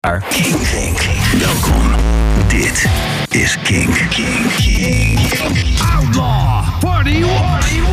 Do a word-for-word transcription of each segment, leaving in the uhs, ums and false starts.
King, King, welkom. Dit is King. King, King. Outlaw eenenveertig.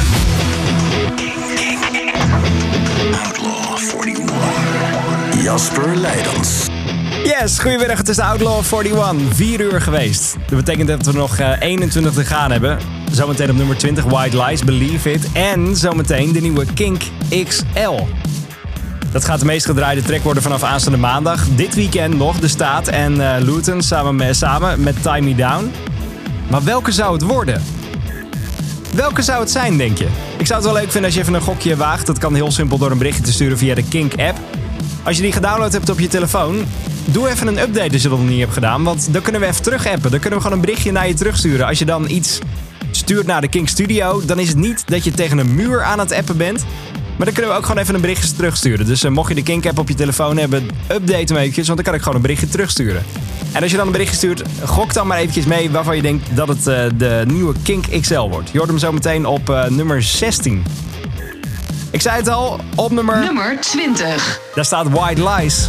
Outlaw eenenveertig. Jasper Leidens. Yes, goedemiddag. Het is de Outlaw eenenveertig. Vier uur geweest. Dat betekent dat we nog uh, eenentwintig te gaan hebben. Zometeen op nummer twintig, White Lies, Believe It. En zometeen de nieuwe Kink X L. Dat gaat de meest gedraaide track worden vanaf aanstaande maandag. Dit weekend nog De Staat en uh, Luton samen met, samen met Tie Me Down. Maar welke zou het worden? Welke zou het zijn, denk je? Ik zou het wel leuk vinden als je even een gokje waagt. Dat kan heel simpel door een berichtje te sturen via de Kink-app. Als je die gedownload hebt op je telefoon, doe even een update als je dat nog niet hebt gedaan. Want dan kunnen we even terug-appen. Dan kunnen we gewoon een berichtje naar je terugsturen. Als je dan iets stuurt naar de Kink Studio, dan is het niet dat je tegen een muur aan het appen bent. Maar dan kunnen we ook gewoon even een berichtje terugsturen. Dus uh, mocht je de Kink-app op je telefoon hebben, update hem eventjes, want dan kan ik gewoon een berichtje terugsturen. En als je dan een berichtje stuurt, gok dan maar eventjes mee waarvan je denkt dat het uh, de nieuwe Kink X L wordt. Je hoort hem zo meteen op uh, nummer zestien. Ik zei het al, op nummer... Nummer twintig. Daar staat White Lies.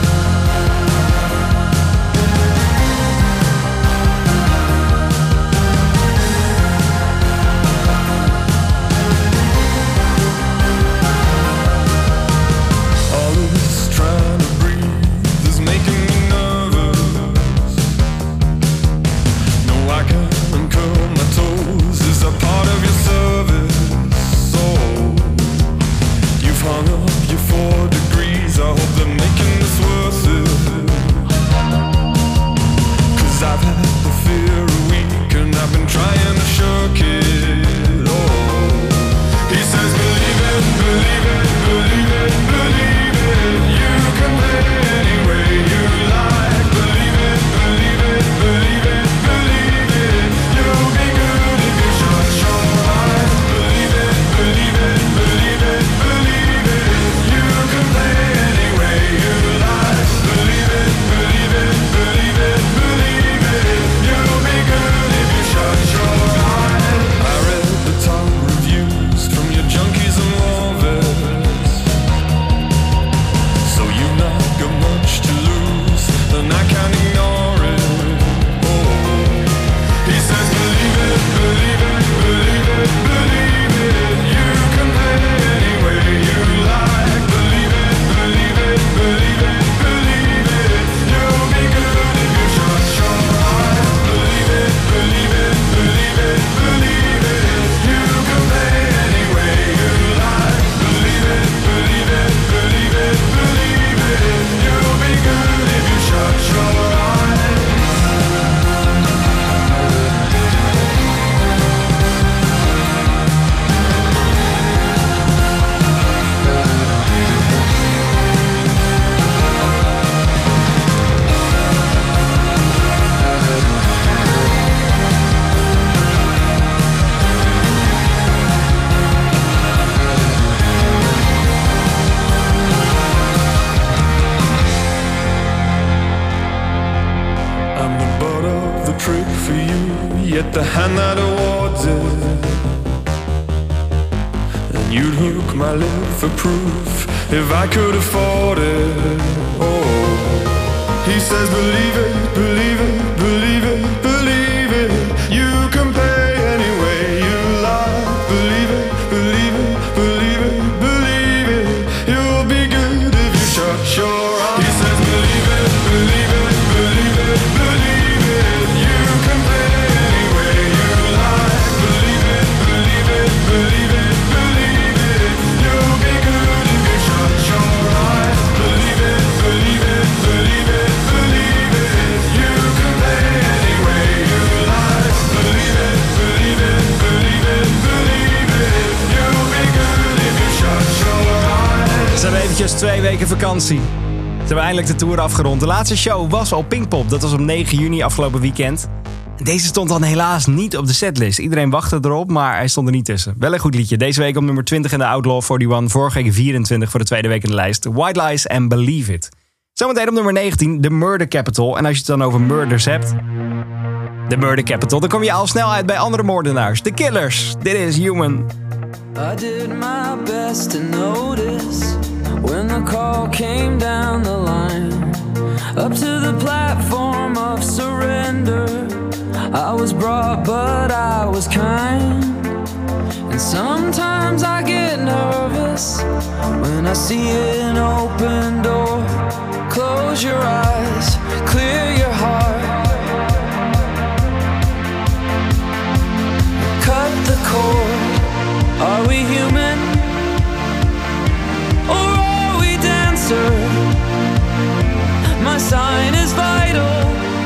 The hand that awards it, and you'd hook my lip for proof if I could afford it. Oh, he says believe it, believe it, believe it, believe it. You can pay any way you like. Believe it, believe it, believe it, believe it. You'll be good if you shut your eyes. He says believe it, believe it, believe it, believe it. You can pay any way you like. Believe it, believe it, believe it, believe it. You'll be good if you shut your eyes. Believe it, believe it, believe it, believe it. You can pay any way you like. Believe it, believe it, believe it, believe it. You'll be good if you shut your eyes. Ze hebben eventjes twee weken vakantie. Ze hebben eindelijk de tour afgerond. De laatste show was al Pinkpop. Dat was op negen juni afgelopen weekend. Deze stond dan helaas niet op de setlist. Iedereen wachtte erop, maar hij stond er niet tussen. Wel een goed liedje. Deze week op nummer twintig in de Outlaw eenenveertig. Vorige week vierentwintig voor de tweede week in de lijst. White Lies en Believe It. Zometeen op nummer negentien, The Murder Capital. En als je het dan over murders hebt... The Murder Capital, dan kom je al snel uit bij andere moordenaars. The Killers. Dit is Human. I did my best to notice when the call came down the line. up to the platform of surrender. I was brought, but I was kind. And sometimes I get nervous when I see an open door. Close your eyes, clear your heart. Cut the cord. Are we human? Or are we dancer? My sign is vital.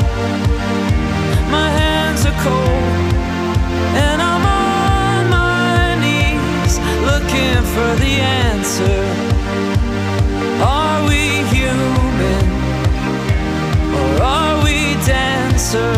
My hands are cold. And I'm on my knees looking for the answer. Are we human? Or are we dancer?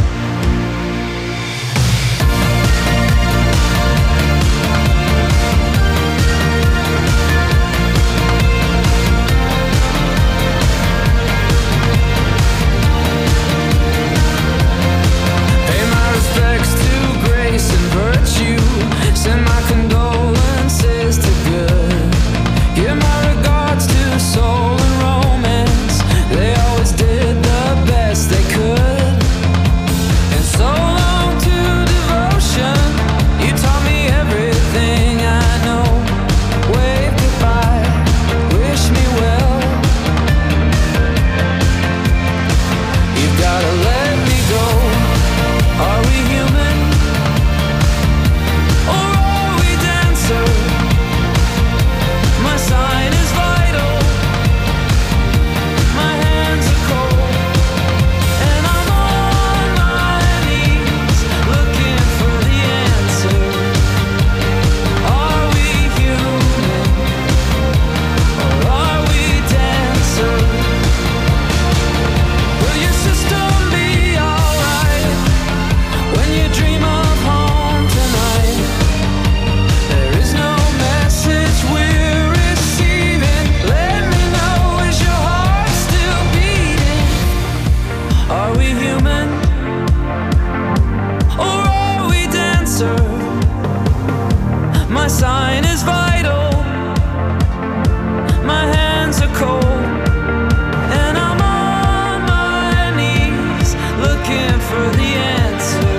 Send my condolences to good. Give my regards to soul and romance. They always did the best they could. And so long to devotion. You taught me everything I know. Wave goodbye, wish me well. You've gotta let me go. Are we human? My sign is vital. My hands are cold. And I'm on my knees looking for the answer. Are we human? Or are we dancer? Will your system be alright when you dream of home tonight? There is no message we're receiving. Let me know, is your heart still beating? Are we human? Or are we dancer? My sign is vital. My hands are cold. And I'm on my knees looking for the answer.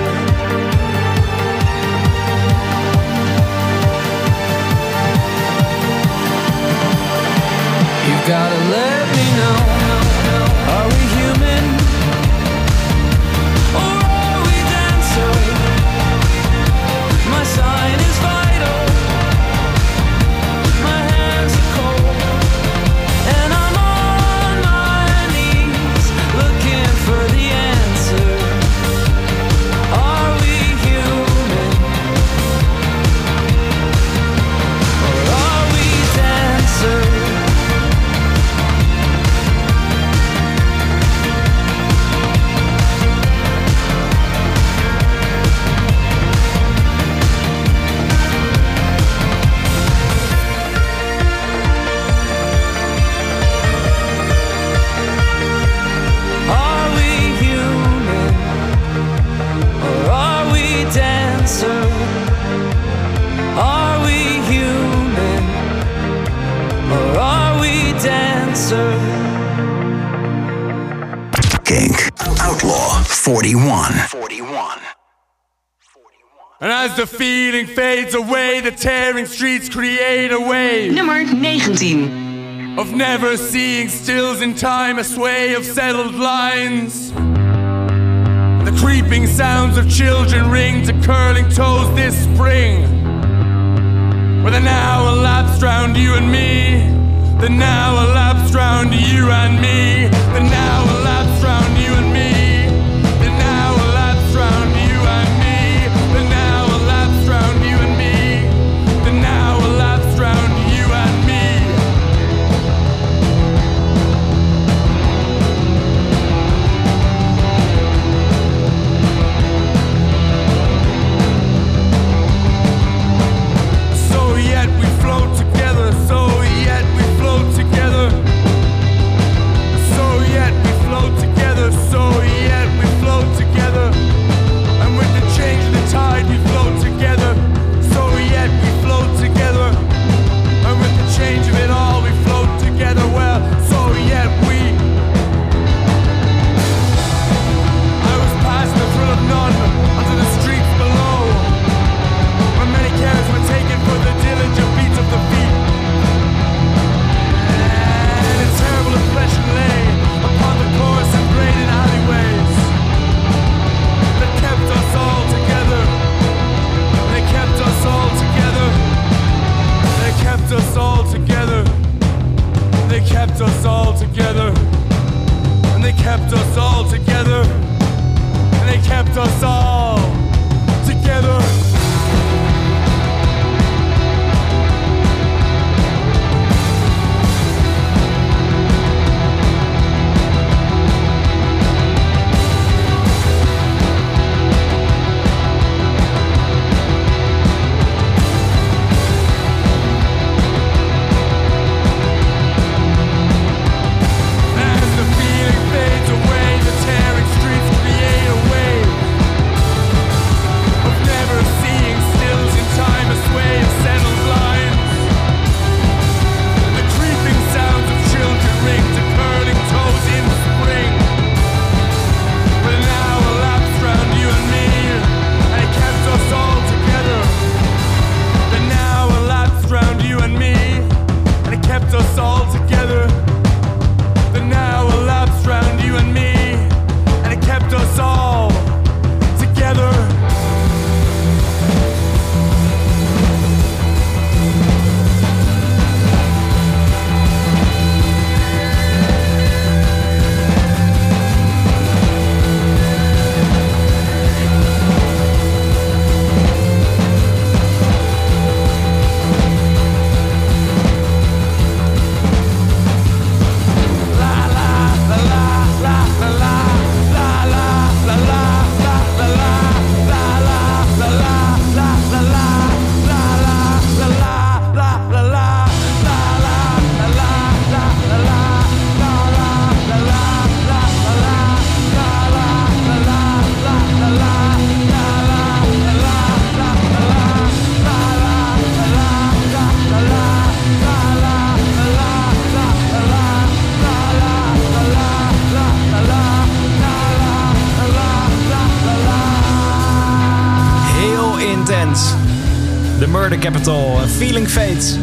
You've gotta let me know. Are we human? Or are we dancer? My sign is vital. My hands are cold. And I'm on my knees looking for the answer. Are we human? Or are we dancer? Are we human? Or are we dancer? Are we human? Or are we dancer? Kink. Outlaw forty-one. And as the feeling fades away, the tearing streets create a wave Nummer negentien. of never seeing stills in time, a sway of settled lines. The creeping sounds of children ring to curling toes this spring. Where the now elapsed round you and me, the now elapsed round you and me, the now elapsed round you and me, the now elapsed round you and me, the now elapsed round you and me, the now elapsed round you and me. So yet we float together, so yet we float together. So kept us all together. And they kept us all together. The Murder Capital, Feeling Fate.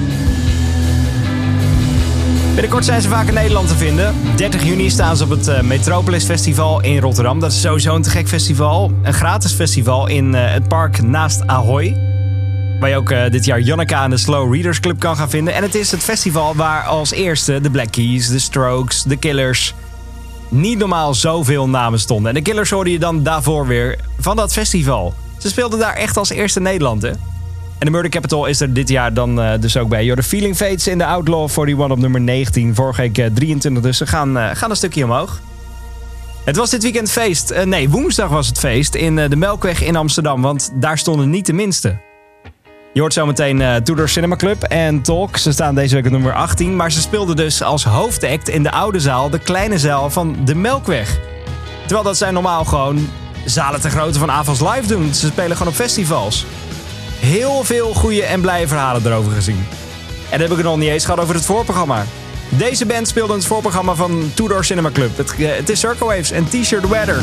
Binnenkort zijn ze vaak in Nederland te vinden. dertig juni staan ze op het uh, Metropolis Festival in Rotterdam. Dat is sowieso een te gek festival. Een gratis festival in uh, het park naast Ahoy. Waar je ook uh, dit jaar Janneka en de Slow Readers Club kan gaan vinden. En het is het festival waar als eerste de Black Keys, de Strokes, de Killers... niet normaal zoveel namen stonden. En de Killers hoorde je dan daarvoor weer van dat festival. Ze speelden daar echt als eerste in Nederland, hè? En de Murder Capital is er dit jaar dan uh, dus ook bij. You're the Feeling Fates in de Outlaw eenenveertig op nummer negentien. Vorige week uh, drieëntwintig, dus ze gaan, uh, gaan een stukje omhoog. Het was dit weekend feest. Uh, nee, woensdag was het feest in uh, de Melkweg in Amsterdam. Want daar stonden niet de minste. Je hoort zometeen uh, Tudor Cinema Club en Talk. Ze staan deze week op nummer achttien. Maar ze speelden dus als hoofdact in de oude zaal, de kleine zaal van de Melkweg. Terwijl dat zij normaal gewoon zalen te grootte van Avals Live doen. Ze spelen gewoon op festivals. Heel veel goede en blije verhalen erover gezien. En dan heb ik het nog niet eens gehad over het voorprogramma. Deze band speelde in het voorprogramma van Tudor Cinema Club. Het, uh, het is Circle Waves en T-shirt Weather.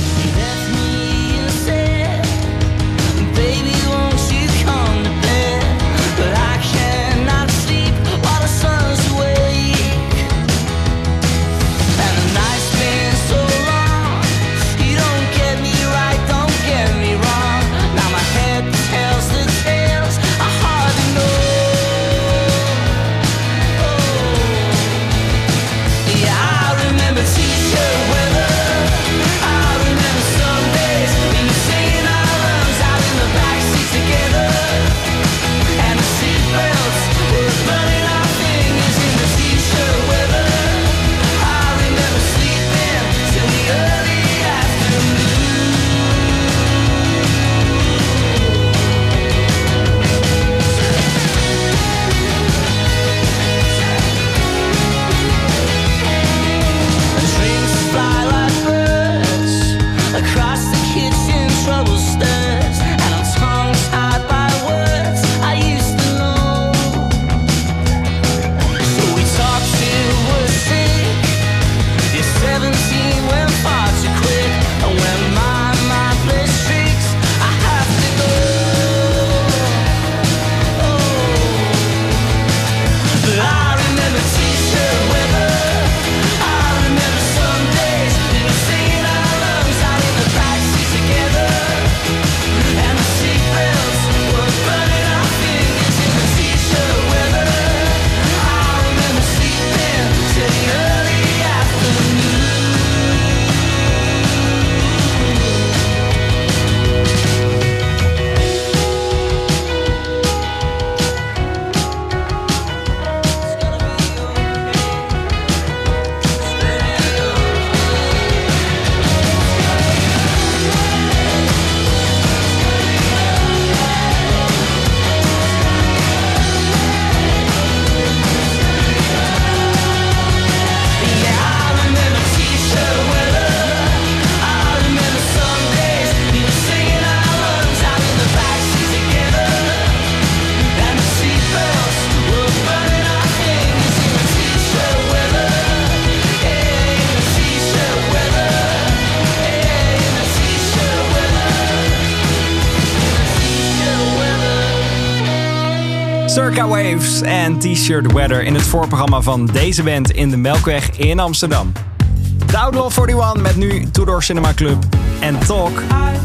T-shirt weather, I remember Sunday. Circa Waves en T-shirt Weather in het voorprogramma van deze band in de Melkweg in Amsterdam. De Outlaw eenenveertig met nu Tudor Cinema Club en Talk.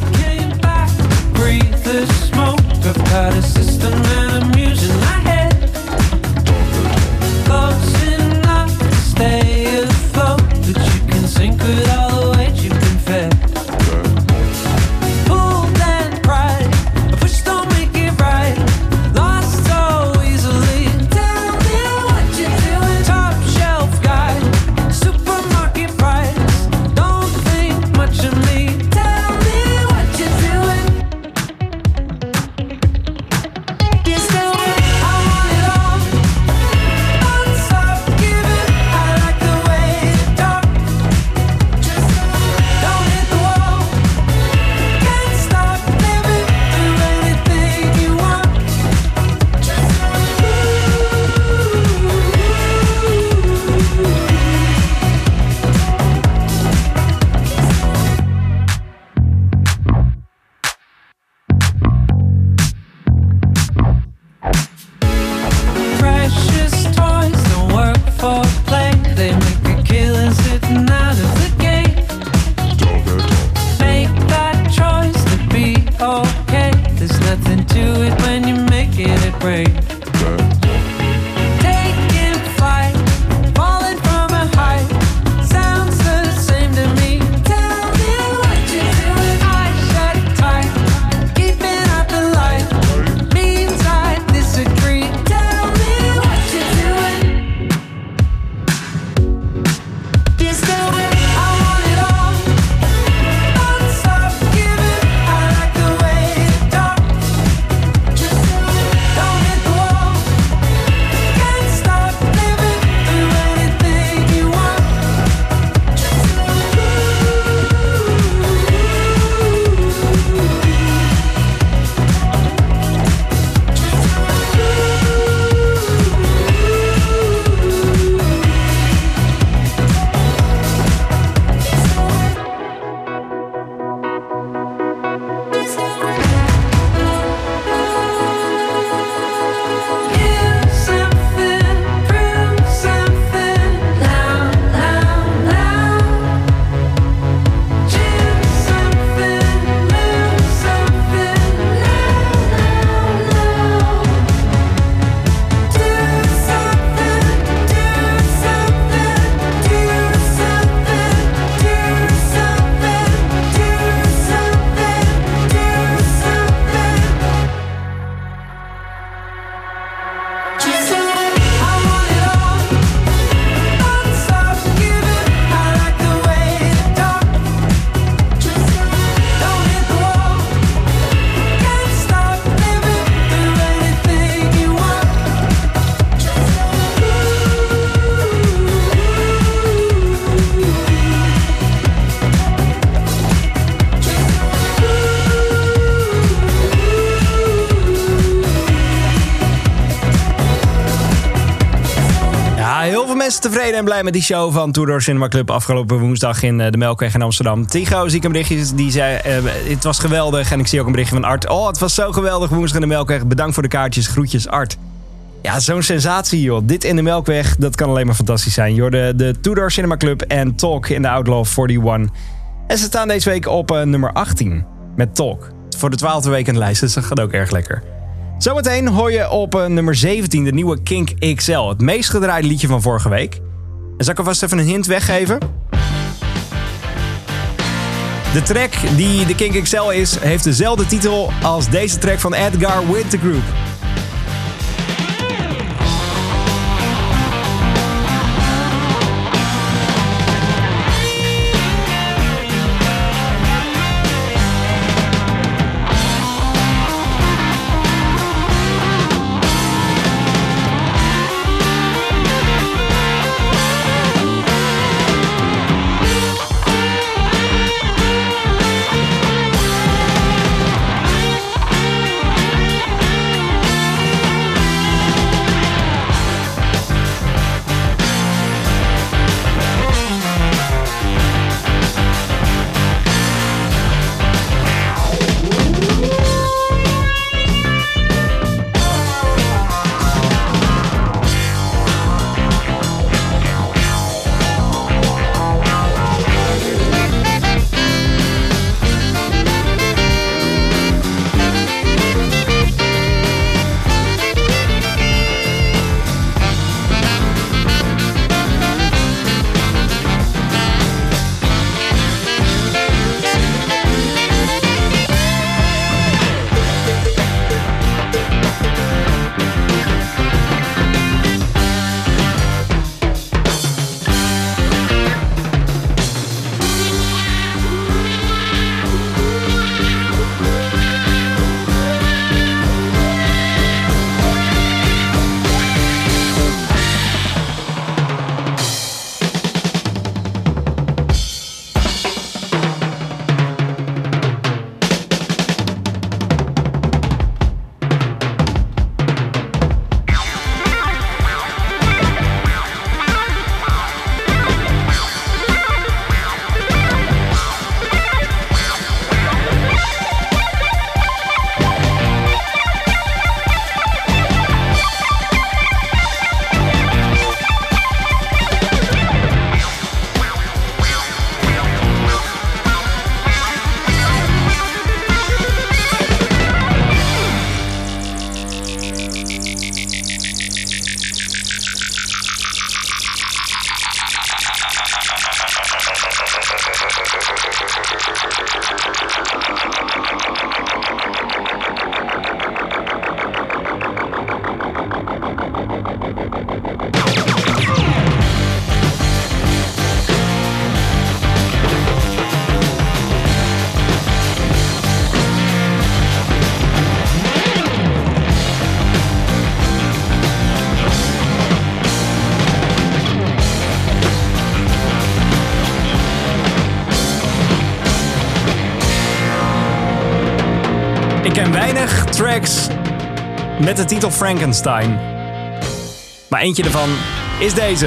Tevreden en blij met die show van Tudor Cinema Club afgelopen woensdag in de Melkweg in Amsterdam. Tigo zie ik een berichtje die zei, uh, het was geweldig. En ik zie ook een berichtje van Art. Oh, het was zo geweldig woensdag in de Melkweg. Bedankt voor de kaartjes. Groetjes, Art. Ja, zo'n sensatie, joh. Dit in de Melkweg, dat kan alleen maar fantastisch zijn. Je hoorde de Tudor Cinema Club en Talk in de Outlaw eenenveertig. En ze staan deze week op uh, nummer achttien met Talk. Voor de twaalfde week in de lijst, dus dat gaat ook erg lekker. Zometeen hoor je op uh, nummer zeventien de nieuwe Kink X L. Het meest gedraaide liedje van vorige week. En zal ik alvast even een hint weggeven? De track die de Kink X L is, heeft dezelfde titel als deze track van Edgar with the Group. Ik ken weinig tracks met de titel Frankenstein. Maar eentje ervan is deze.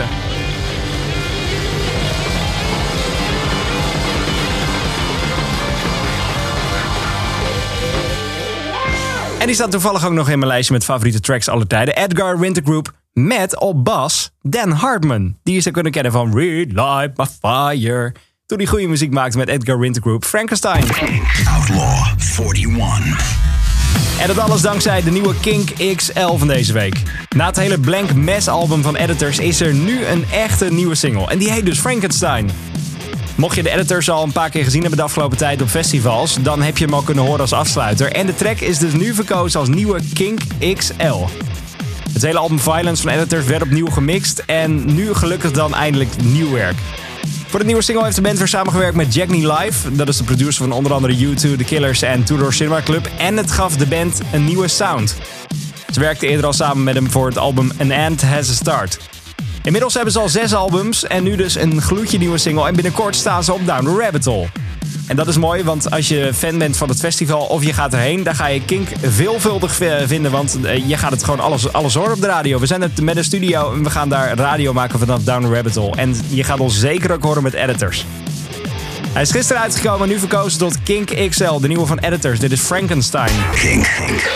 En die staat toevallig ook nog in mijn lijstje met favoriete tracks aller tijden. Edgar Winter Group met op bas Dan Hartman. Die je zou kunnen kennen van Relight My Fire. Toen hij goede muziek maakte met Edgar Winter Group, Frankenstein. Outlaw eenenveertig. En dat alles dankzij de nieuwe Kink X L van deze week. Na het hele Blank Mess album van Editors is er nu een echte nieuwe single. En die heet dus Frankenstein. Mocht je de Editors al een paar keer gezien hebben de afgelopen tijd op festivals, dan heb je hem al kunnen horen als afsluiter. En de track is dus nu verkozen als nieuwe Kink X L. Het hele album Violence van Editors werd opnieuw gemixt en nu gelukkig dan eindelijk nieuw werk. Voor de nieuwe single heeft de band weer samengewerkt met Jack Nee Live. Dat is de producer van onder andere U twee, The Killers en Two Door Cinema Club. En het gaf de band een nieuwe sound. Ze werkten eerder al samen met hem voor het album An End Has a Start. Inmiddels hebben ze al zes albums en nu dus een gloedje nieuwe single. En binnenkort staan ze op Down the Rabbit Hole. En dat is mooi, want als je fan bent van het festival of je gaat erheen, dan ga je Kink veelvuldig vinden, want je gaat het gewoon alles, alles horen op de radio. We zijn het met een studio en we gaan daar radio maken vanaf Down the Rabbit Hole. En je gaat ons zeker ook horen met Editors. Hij is gisteren uitgekomen en nu verkozen tot Kink X L, de nieuwe van Editors. Dit is Frankenstein. Kink. Kink.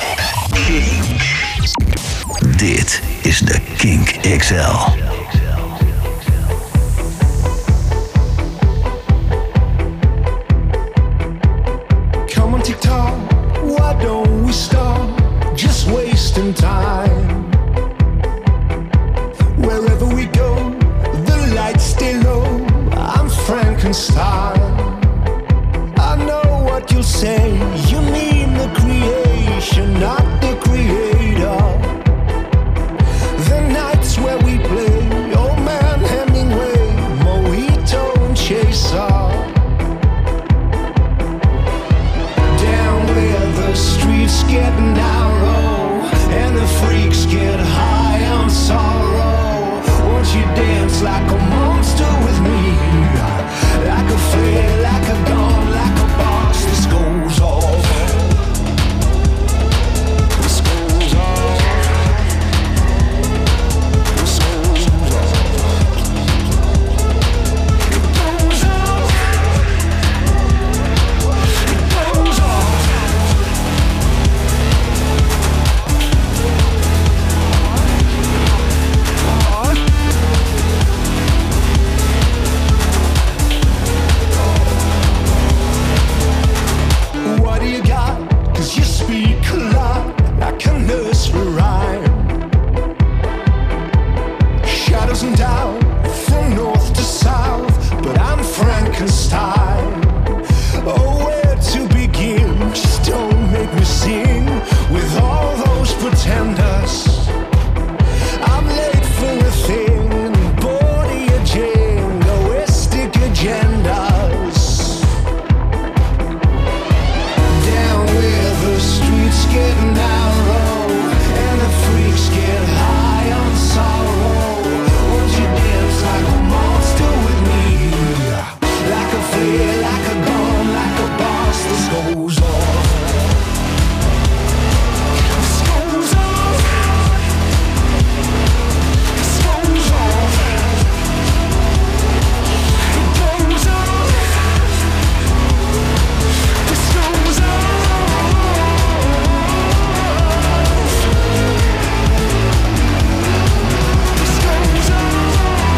Dit is de Kink X L. Come on TikTok, why don't we stop? Just wasting time. Wherever we go, the lights stay low. I'm Frankenstein. I know what you'll say. You mean the creation, not the creator. The nights where we play, old man Hemingway, mojito and chaser. Down where the streets get narrow and the freaks get high on sorrow. Won't you dance like a monster with me? Like a flare, like a gun, like a boss. This goes off. This goes off. This goes off. It goes off. It goes off. What do you got? Cause you speak a lot like a nursery rhyme. Shadows and doubt from north to south, but I'm Frankenstein. Oh, where to begin? Just don't make me sing with all those pretenders. I'm late for a thing, body a jingoistic agendas. Down where the streets get narrow and the freaks get high on sorrow. Won't you dance like a monster with me? Like a flare, like a gun, like a boss. This goes off. This goes off. This goes off. It goes off. This goes off. This goes off.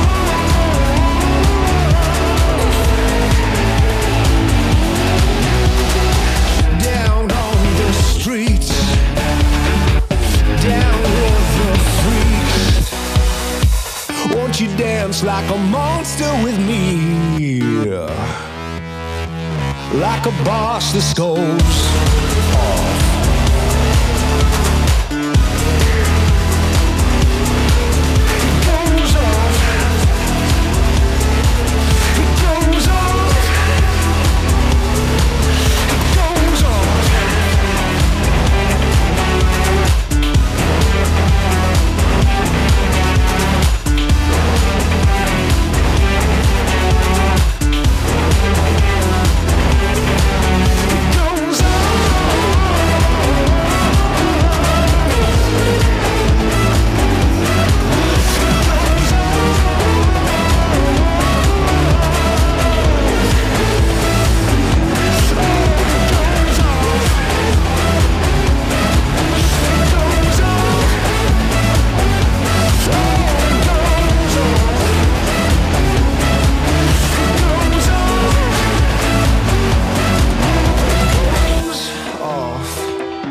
Down on the streets, down with the freaks. Won't you dance like a monster with me? Like a boss, this goes off. It goes off. It goes off. It goes off. It goes off.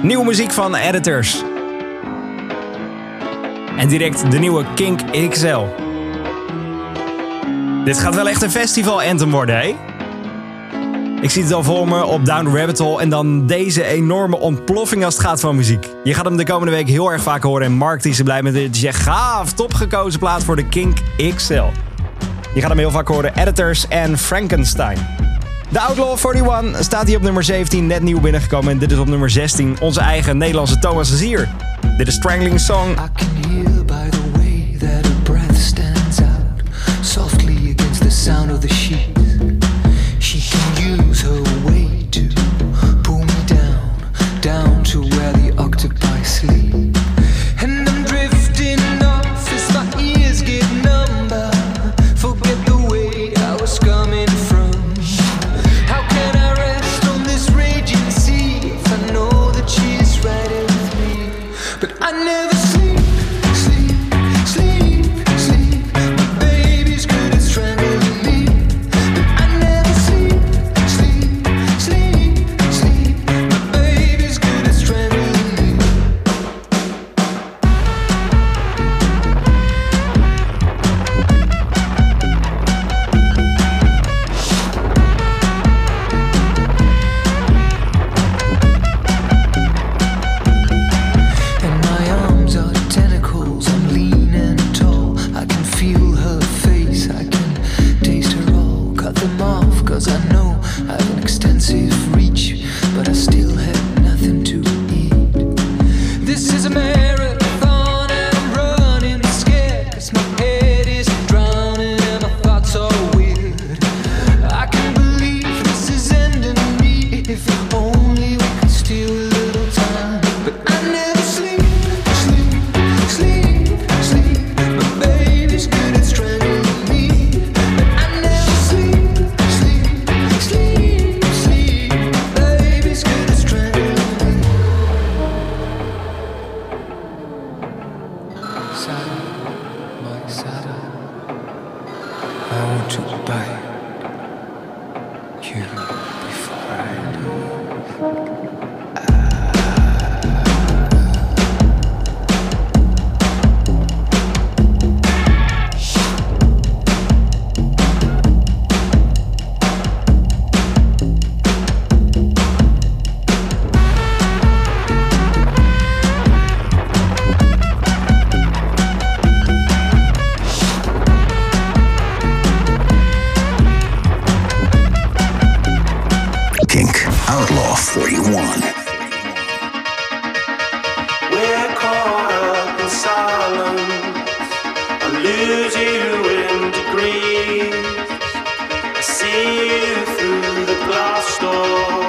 Nieuwe muziek van Editors. En direct de nieuwe Kink X L. Dit gaat wel echt een festival-anthem worden, hè? Ik zie het al voor me op Down the Rabbit Hole en dan deze enorme ontploffing als het gaat van muziek. Je gaat hem de komende week heel erg vaak horen en Mark die is er blij met dit. Die zegt gaaf, topgekozen plaat voor de Kink X L. Je gaat hem heel vaak horen, Editors en Frankenstein. De Outlaw eenenveertig staat hier op nummer zeventien, net nieuw binnengekomen. En dit is op nummer zestien, onze eigen Nederlandse Thomas Azier. Dit is Strangling Song. I can hear by the way that her breath stands out softly against the sound of the sheets. She can use her weight to pull me down, down to where the octopi sleep. And I'm drifting off as my ears get number. Forget the way I was coming from. How can I rest on this raging sea if I know that she's right here with me? But I never sleep, sleep, sleep, sleep. My baby's good at strangling me. But I never sleep, sleep, sleep, sleep. My baby's good at strangling me. And my arms are tentacles, I'm lean and tall. I can feel her face, I can taste her all. Cut them off, cause I know I have an extensive reach, but I still have nothing to eat. This is a marathon and I'm running scared, cause my head is drowning and my thoughts are weird. I can't believe this is ending me, if only we could steal a little time. But I never sleep, sleep, sleep, sleep. My baby's good at strangling me. But I never sleep, sleep, sleep, sleep. My baby's good at strangling me. Sada, my Sada, I want to bite you before I leave. Kink Outlaw forty-one. We're caught up in silence. I lose you in degrees. I see you through the glass door.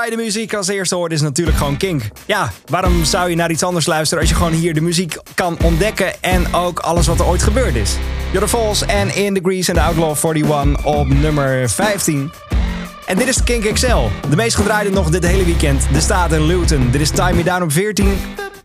de muziek als eerste hoort is natuurlijk gewoon Kink. Ja, waarom zou je naar iets anders luisteren als je gewoon hier de muziek kan ontdekken en ook alles wat er ooit gebeurd is? You're the Falls en In Degrees en The Outlaw eenenveertig op nummer vijftien. En dit is de Kink X L. De meest gedraaide nog dit hele weekend. De staat in Luton. Dit is Tie Me Down op veertien.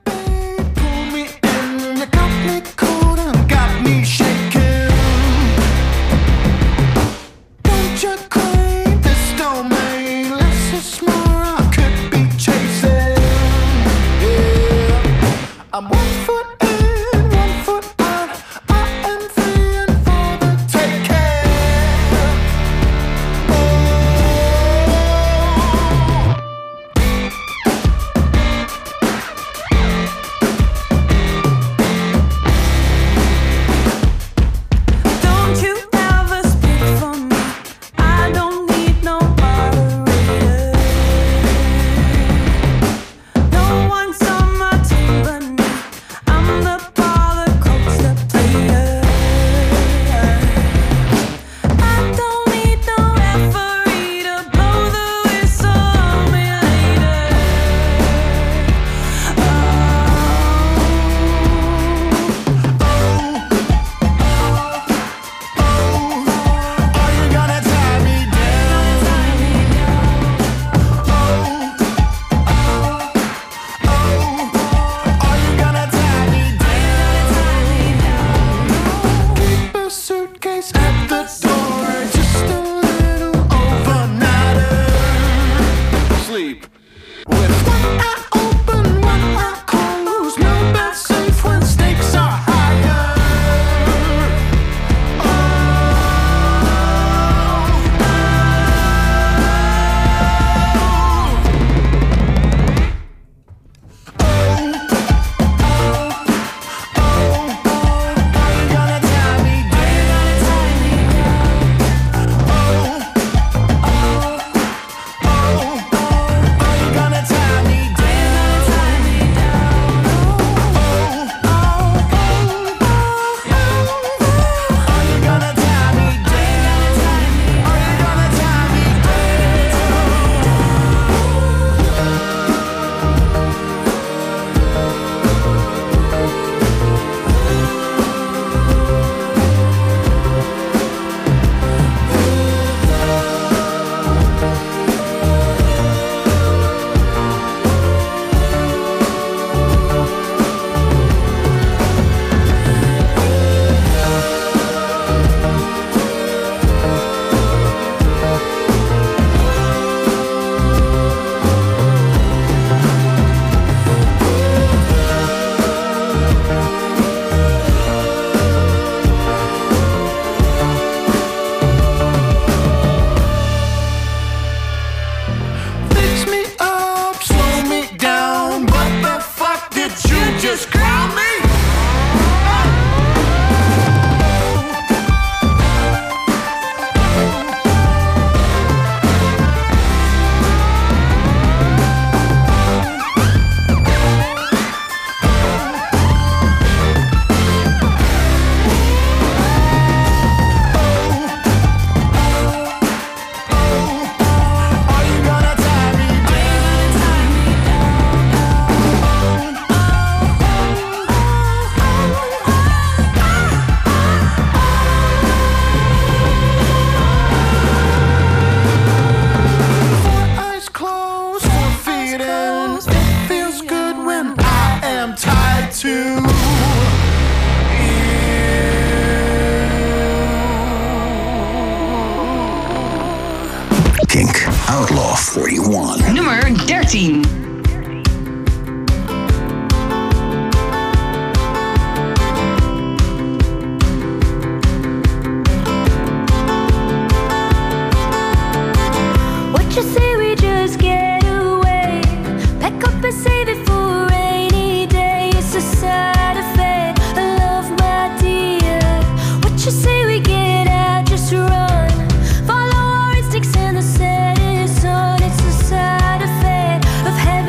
Kink Outlaw eenenveertig. Nummer dertien. What you say we just get away? Pack up and save it for a rainy day. It's a side effect of love, my dear. What you say we get out, just run. Follow our instincts and the setting sun. It's a side effect of heaven.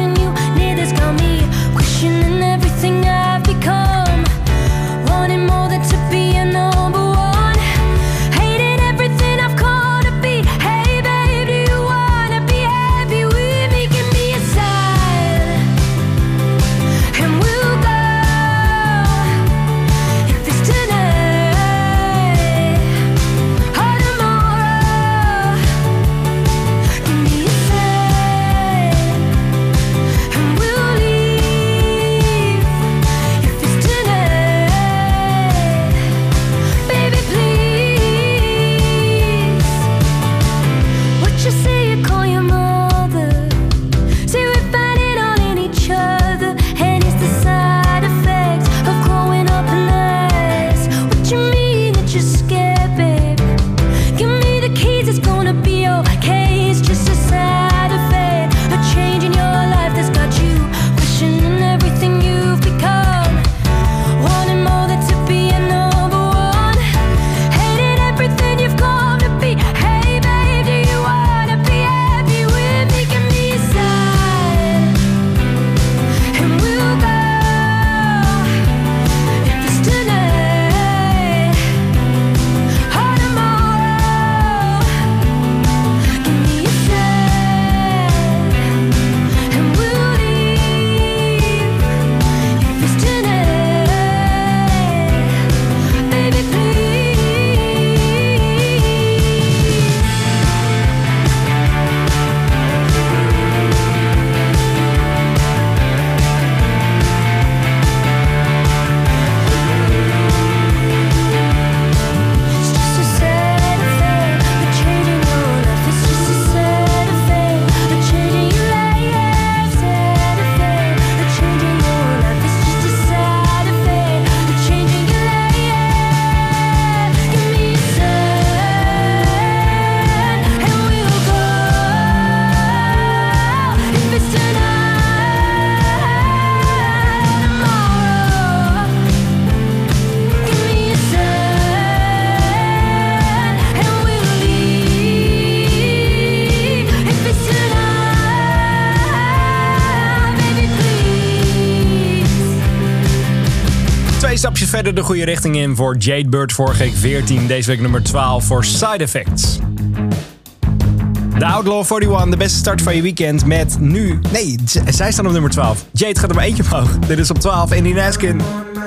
stapjes verder de goede richting in voor Jade Bird. Vorige week veertien, deze week nummer twaalf voor Side Effects. De Outlaw eenenveertig, de beste start van je weekend met nu... Nee, z- zij staan op nummer twaalf. Jade gaat er maar eentje omhoog. Dit is op twaalf, Indy Naskin.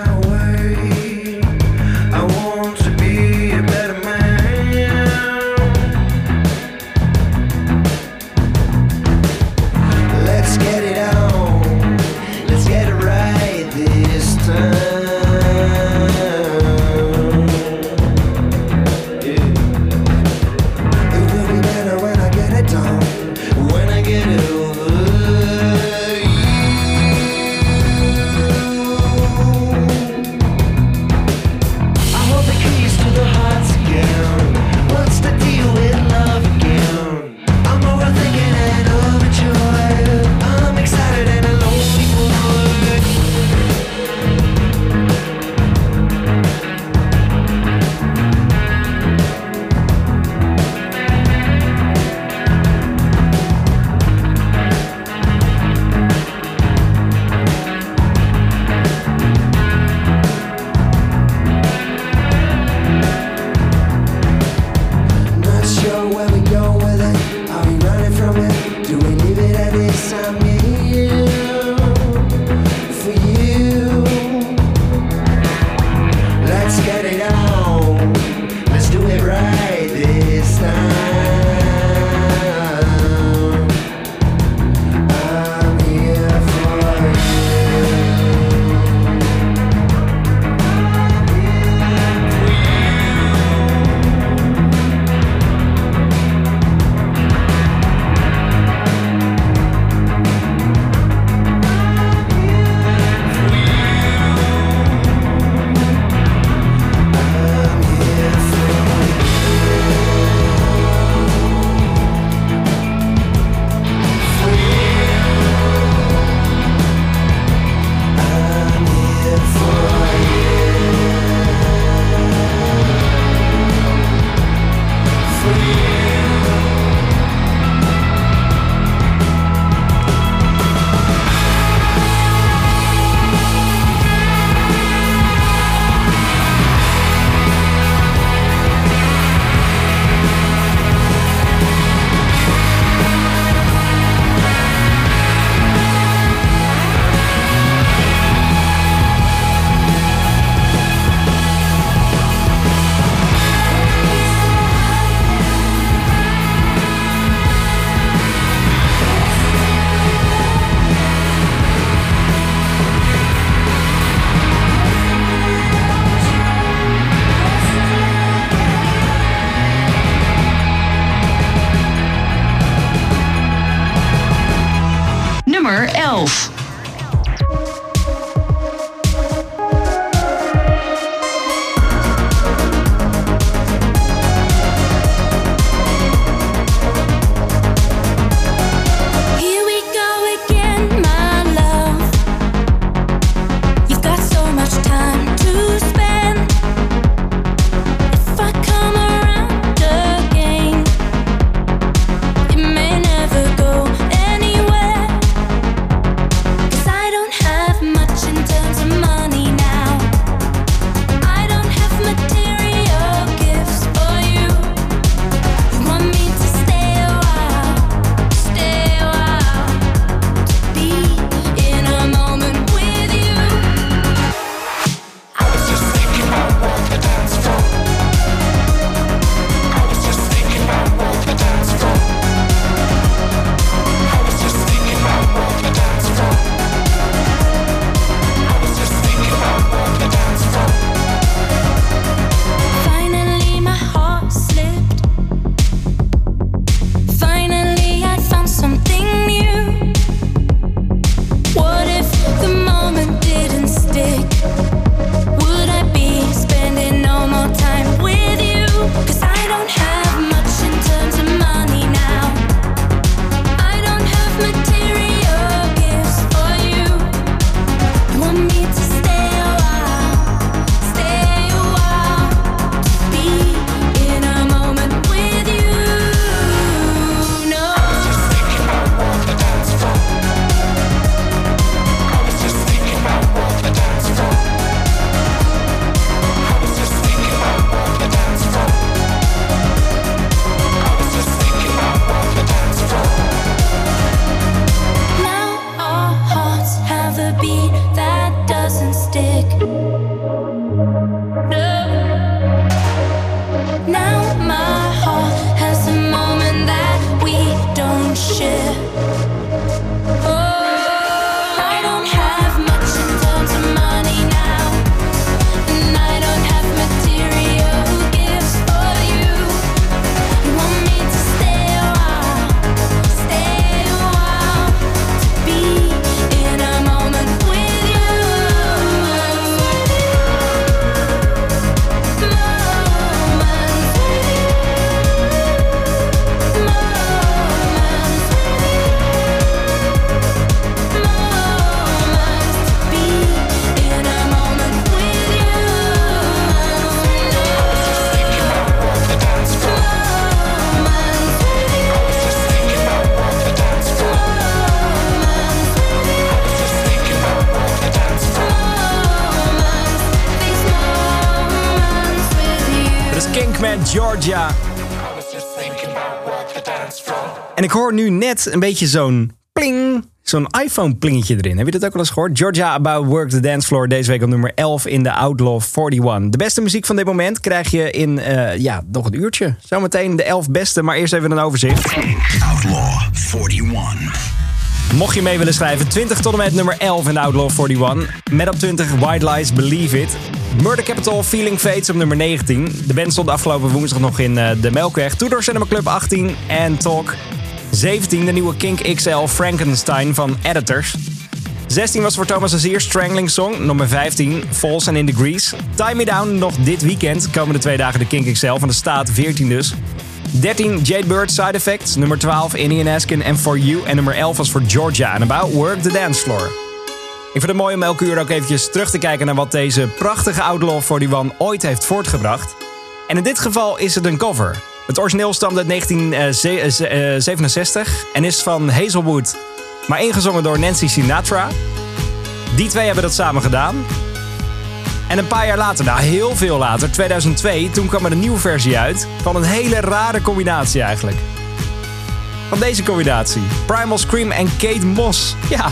Nummer elf. Anywhere gonna stick. Now my heart has a moment that we don't share. Oh, I don't have much in terms of money now, and I don't have material gifts for you. You want me to stay a while, stay a while, to be in a moment with you. Moments with you. Moments with you. Moments with you. Moments to be in a moment with you. Dat is Kink met Georgia. En ik hoor nu net een beetje zo'n pling, zo'n iPhone-plingetje erin. Heb je dat ook wel eens gehoord? Georgia About Work the Dance Floor, deze week op nummer elf in de Outlaw eenenveertig. De beste muziek van dit moment krijg je in, uh, ja, nog een uurtje. Zometeen de elf beste, maar eerst even een overzicht. Outlaw eenenveertig. Mocht je mee willen schrijven, twintig tot en met nummer elf in de Outlaw eenenveertig. Met op twintig White Lies, Believe It. Murder Capital, Feeling Fates op nummer negentien. De band stond afgelopen woensdag nog in uh, de Melkweg. Tudor Cinema Club achttien en Talk. zeventien, de nieuwe Kink X L Frankenstein van Editors. zestien was voor Thomas Azier Strangling Song. Nummer vijftien, False and in Degrees. Tie Me Down nog dit weekend. Komende twee dagen de Kink X L van de staat, veertien dus. dertien, Jade Bird, Side Effects. Nummer twaalf, Indian Askin and For You. En nummer elf was voor Georgia and About Work the Dance Floor. Ik vind het mooi om elke uur ook eventjes terug te kijken naar wat deze prachtige Outlaw eenenveertig ooit heeft voortgebracht. En in dit geval is het een cover. Het origineel stamt uit negentien zevenenzestig en is van Hazelwood, maar ingezongen door Nancy Sinatra. Die twee hebben dat samen gedaan. En een paar jaar later, nou heel veel later, tweeduizend twee, toen kwam er een nieuwe versie uit van een hele rare combinatie eigenlijk. Van deze combinatie. Primal Scream en Kate Moss. Ja.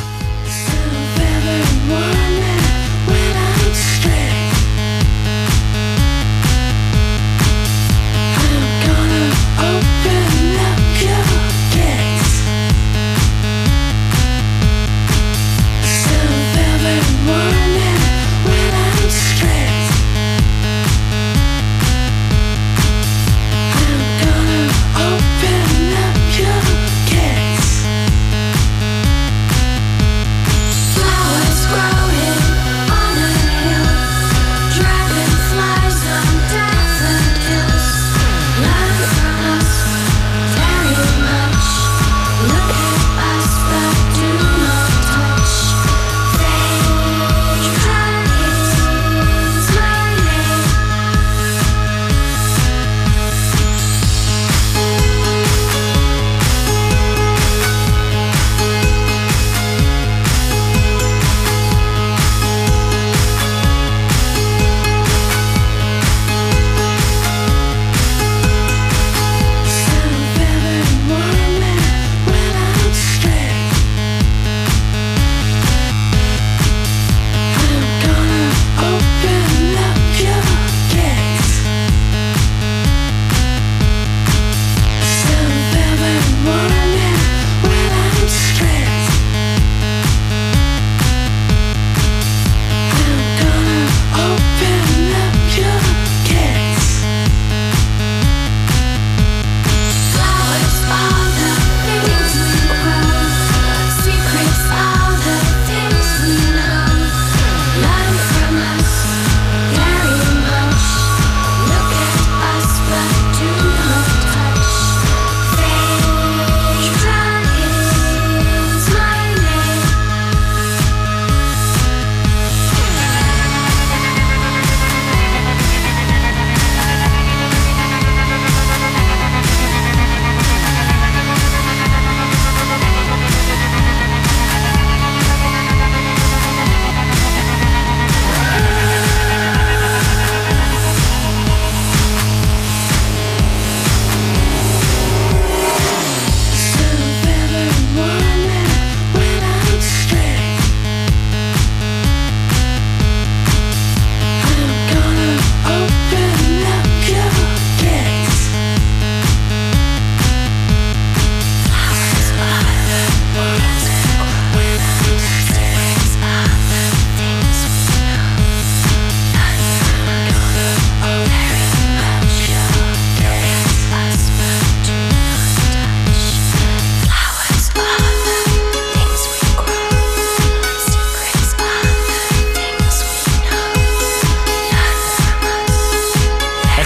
Flowers growing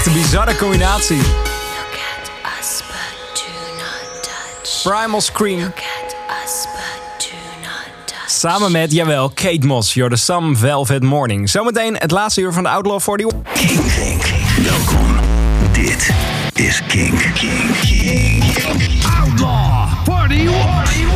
Echt een bizarre combinatie. Primal Scream. Samen met, jawel, Kate Moss. You're the Some Velvet Morning. Zometeen het laatste uur van de Outlaw eenenveertig. King, King, welkom. Dit is King, King, King. Outlaw eenenveertig.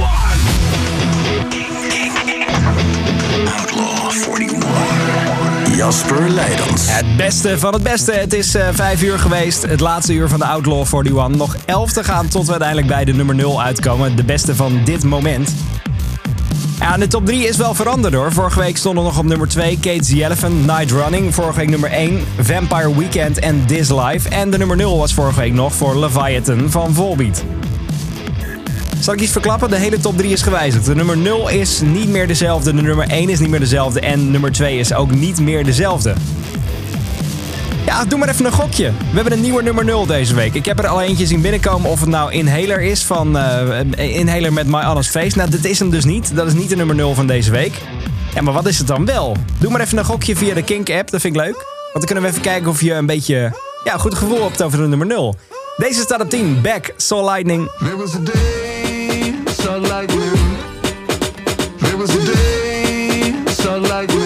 Outlaw eenenveertig. Jasper Leidens. Het beste van het beste. Het is uh, vijf uur geweest. Het laatste uur van de Outlaw eenenveertig. Nog elf te gaan tot we uiteindelijk bij de nummer nul uitkomen. De beste van dit moment. Ja, de top drie is wel veranderd hoor. Vorige week stonden nog op nummer twee Kate the Elephant, Night Running. Vorige week nummer één Vampire Weekend en This Life. En de nummer nul was vorige week nog voor Leviathan van Volbeat. Zal ik iets verklappen? De hele top drie is gewijzigd. De nummer nul is niet meer dezelfde. De nummer één is niet meer dezelfde. En nummer twee is ook niet meer dezelfde. Ja, doe maar even een gokje. We hebben een nieuwe nummer nul deze week. Ik heb er al eentje zien binnenkomen of het nou Inhaler is van uh, Inhaler met My Honest Face. Nou, dat is hem dus niet. Dat is niet de nummer nul van deze week. Ja, maar wat is het dan wel? Doe maar even een gokje via de Kink-app. Dat vind ik leuk. Want dan kunnen we even kijken of je een beetje ja, een goed gevoel hebt over de nummer nul. Deze staat op tien. Beck, Soul Lightning. There was a day, sun lightning. There was a day, sun lightning.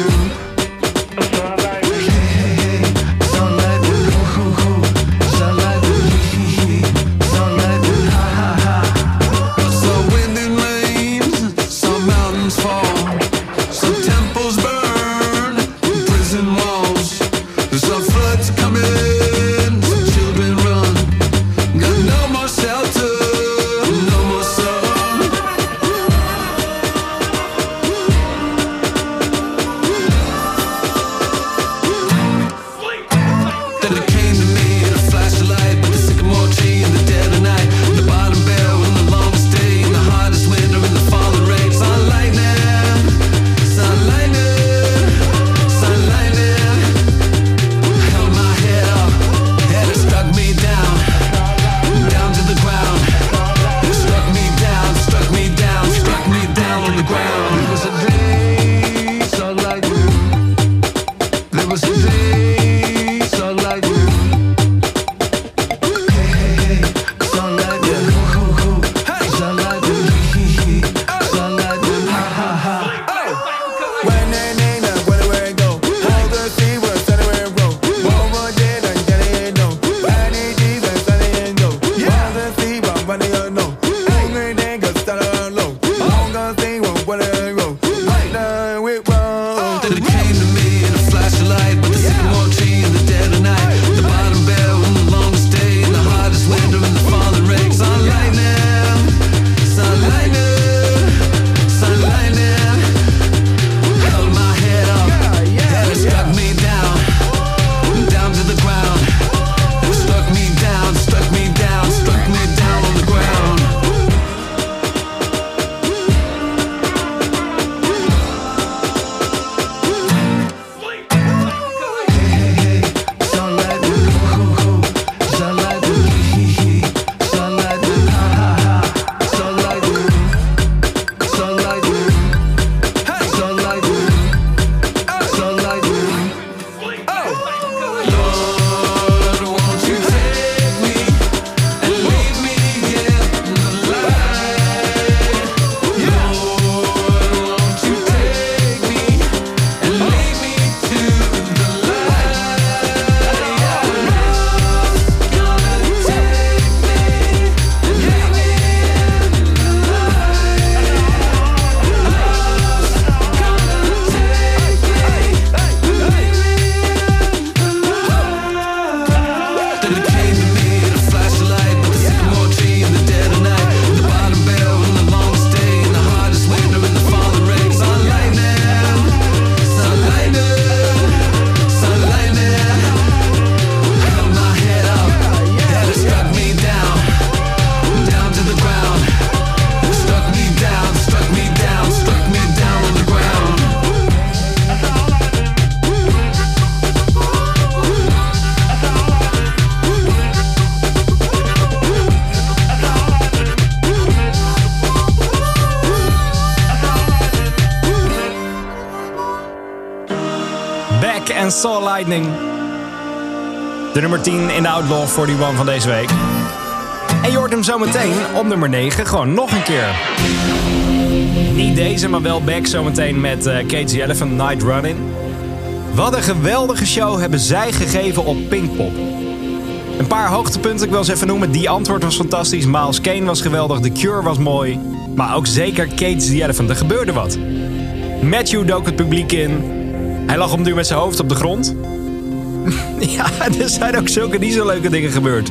Soul Lightning. De nummer tien in de Outlaw eenenveertig van deze week. En je hoort hem zometeen op nummer negen gewoon nog een keer. Niet deze, maar wel Beck zometeen met uh, Cage the Elephant, Night Running. Wat een geweldige show hebben zij gegeven op Pinkpop. Een paar hoogtepunten, ik wil ze even noemen. Die Antwoord was fantastisch, Miles Kane was geweldig, The Cure was mooi. Maar ook zeker Cage the Elephant, er gebeurde wat. Matthew dook het publiek in. Hij lag op een duur met zijn hoofd op de grond. Ja, er zijn ook zulke niet zo leuke dingen gebeurd.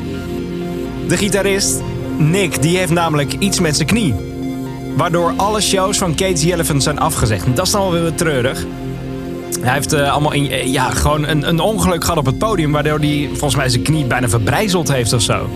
De gitarist, Nick, die heeft namelijk iets met zijn knie. Waardoor alle shows van Cage the Elephant zijn afgezegd. En dat is dan wel weer treurig. Hij heeft uh, allemaal in, uh, ja, gewoon een, een ongeluk gehad op het podium, waardoor hij volgens mij zijn knie bijna verbrijzeld heeft of zo.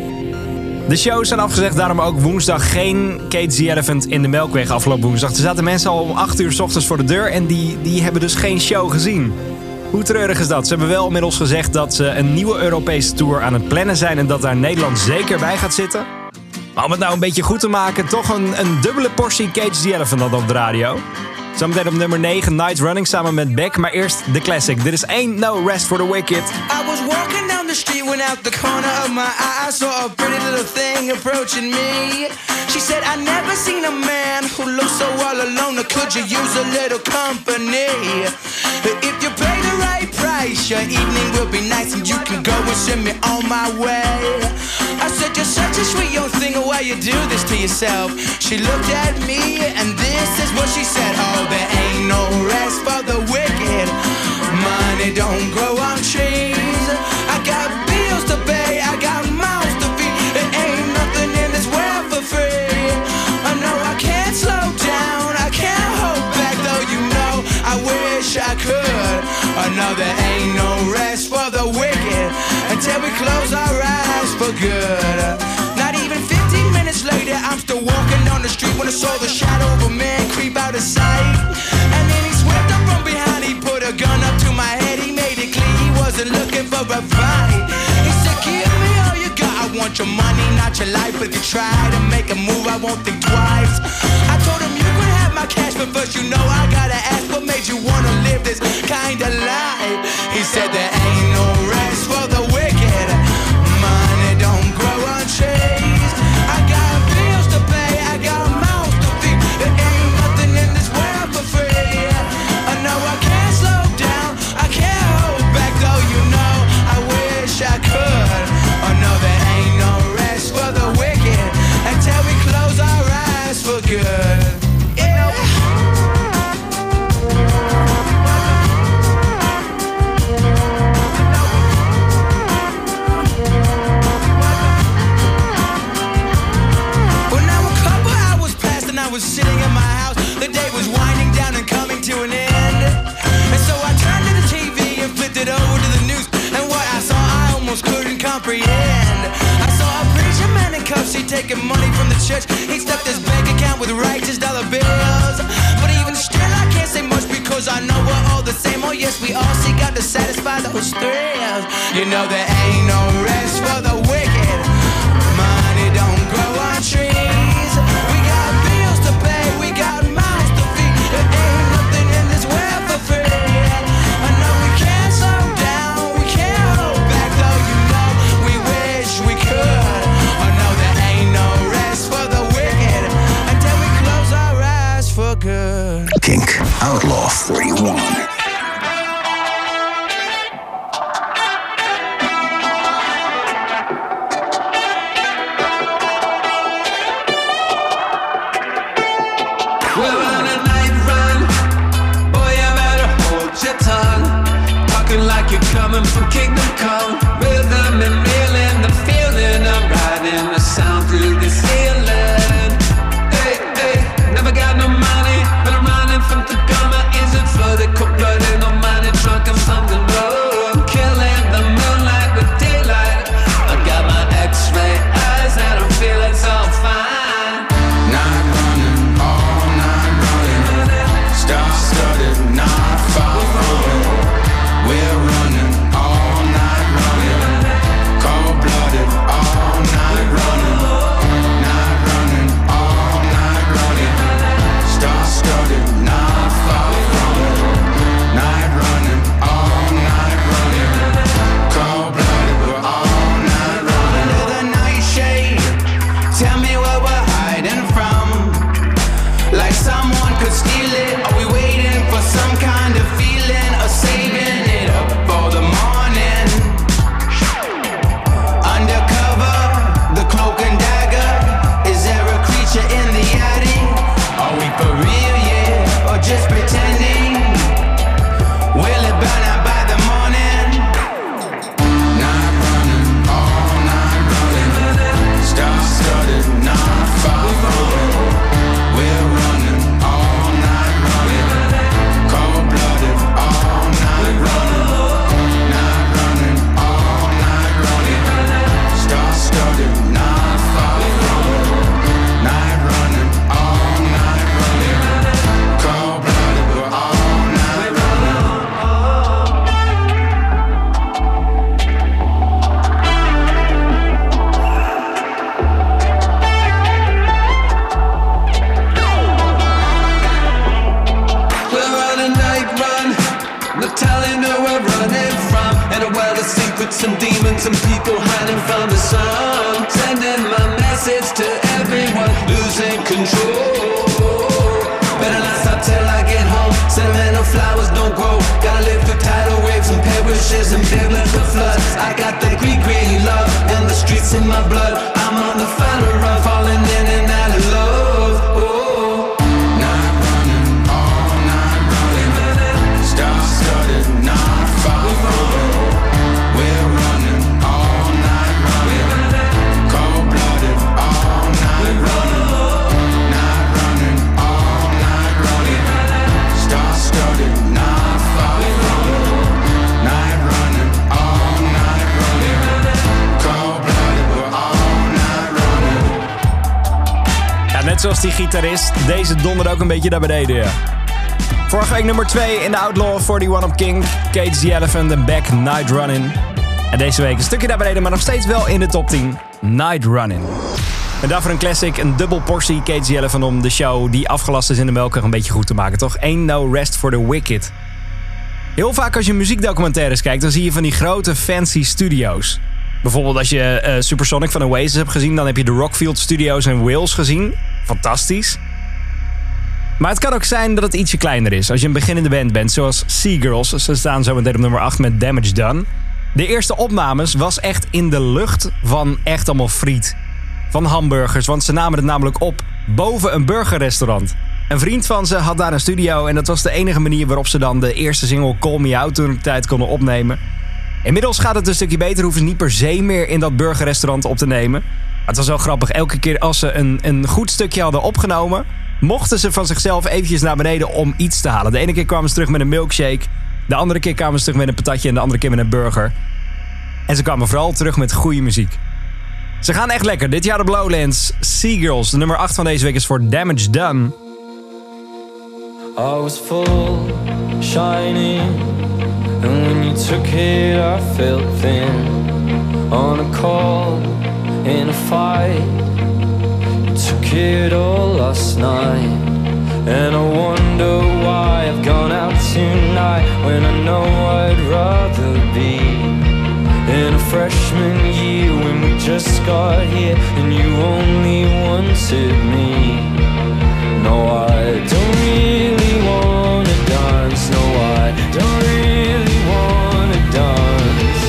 De shows zijn afgezegd, daarom ook woensdag geen Cage the Elephant in de Melkweg afgelopen woensdag. Er zaten mensen al om acht uur 's ochtends voor de deur en die, die hebben dus geen show gezien. Hoe treurig is dat? Ze hebben wel inmiddels gezegd dat ze een nieuwe Europese tour aan het plannen zijn en dat daar Nederland zeker bij gaat zitten. Maar om het nou een beetje goed te maken, toch een, een dubbele portie Cage the Elephant dan op de radio. Zometeen op nummer negen, Night Running samen met Beck. Maar eerst de classic. Dit is Ain't No Rest for the Wicked. I was walking down the street when out the corner of my eye I saw a pretty little thing approaching me. She said, I never seen a man who looks so all alone. Or could you use a little company? If you pay the right price, your evening will be nice and you can go and send me on my way. I said, you're such a sweet young thing, why you do this to yourself? She looked at me and this is what she said. Oh, there ain't no rest for the wicked. Money don't grow on trees. I got bills to pay, I got mouths to feed. There ain't nothing in this world for free. I know I can't slow down, I can't hold back, though you know I wish I could. I know there ain't no rest for the wicked until we close our eyes for good. Not even fifteen minutes later, I'm still walking down the street when I saw the shadow of a man creep out of sight. And then he swept up from behind, he put a gun up to my head, he made it clear he wasn't looking for a fight. He said, give me all you got, I want your money, not your life. But if you try to make a move, I won't think twice. I told him you could have my cash, but first you know I gotta ask, what made you wanna live this kind of life? He said there ain't no rest for the wicked. Money don't grow on trees. I got bills to pay, I got mouths to feed. There ain't nothing in this world for free. I know I can't slow down, I can't hold back, though you know I wish I could. I know there ain't no rest for the wicked until we close our eyes for good. I was sitting in my house, the day was winding down and coming to an end. And so I turned to the T V and flipped it over to the news, and what I saw I almost couldn't comprehend. I saw a preacher man in cuffs, he taking money from the church. He stuffed his bank account with righteous dollar bills. But even still I can't say much because I know we're all the same. Oh yes, we all seek out to satisfy those thrills. You know there ain't no rest for the wicked. Money don't grow on trees. We got bills to pay, we got mouths to feed. There ain't nothing in this world for free. I know we can't slow down, we can't hold back, though you know we wish we could. I know there ain't no rest for the wicked until we close our eyes for good. Kink Outlaw forty-one. Coming from Kingdom Come, rhythm and reeling, the feeling of riding the sound through the ceiling. Hey, hey, never got no money, but I'm running from Tacoma. Is it flooded, cold-blooded, no money, drunk and something low? I'm killing the moonlight with daylight. I got my X-ray eyes and I'm feeling so fine. Night running, all night running, star-studded, not far away. We're running all night telling her we're running from, and a world of secrets and demons and people hiding from the sun. Sending my message to everyone, losing control. Better not stop till I get home. Sentimental flowers don't grow. Gotta live through tidal waves and perishes and biblical floods. I got the Greek green love and the streets in my blood. I'm on the final run, falling in and out of love. Oh. Night running, all night running. Star-studded, not far from. We're running all night running. Cold-blooded, all night running. Night running, all night running. Star-studded, not far from. Night running, all night running. Cold-blooded, we're all night running. Ja, net zoals die gitarist, deze dondert ook een beetje naar beneden, ja. Vorige week nummer twee in de Outlaw eenenveertig op King. Cage the Elephant en Back, Night Running. En deze week een stukje naar beneden, maar nog steeds wel in de top tien. Night Running. En daarvoor een classic, een dubbel portie Cage the Elephant om de show die afgelast is in de melker een beetje goed te maken, toch? Ain't no rest for the wicked. Heel vaak als je muziekdocumentaires kijkt, dan zie je van die grote fancy studio's. Bijvoorbeeld als je uh, Supersonic van Oasis hebt gezien, dan heb je de Rockfield Studios in Wales gezien. Fantastisch. Maar het kan ook zijn dat het ietsje kleiner is. Als je een beginnende band bent, zoals Seagirls. Ze staan zo meteen op nummer acht met Damage Done. De eerste opnames was echt in de lucht van echt allemaal friet. Van hamburgers, want ze namen het namelijk op boven een burgerrestaurant. Een vriend van ze had daar een studio en dat was de enige manier waarop ze dan de eerste single Call Me Out toen de tijd konden opnemen. Inmiddels gaat het een stukje beter, hoeven ze niet per se meer in dat burgerrestaurant op te nemen. Maar het was wel grappig, elke keer als ze een, een goed stukje hadden opgenomen, mochten ze van zichzelf eventjes naar beneden om iets te halen. De ene keer kwamen ze terug met een milkshake, de andere keer kwamen ze terug met een patatje en de andere keer met een burger. En ze kwamen vooral terug met goede muziek. Ze gaan echt lekker. Dit jaar de Lowlands, Seagirls. De nummer acht van deze week is voor Damage Done. I was full, shining, and when you took it I felt thin. On a call, in a fight, you took it all last night. And I wonder why I've gone out tonight, when I know I'd rather be in a freshman year, when we just got here and you only wanted me. No, I don't really wanna dance. No, I don't really wanna dance.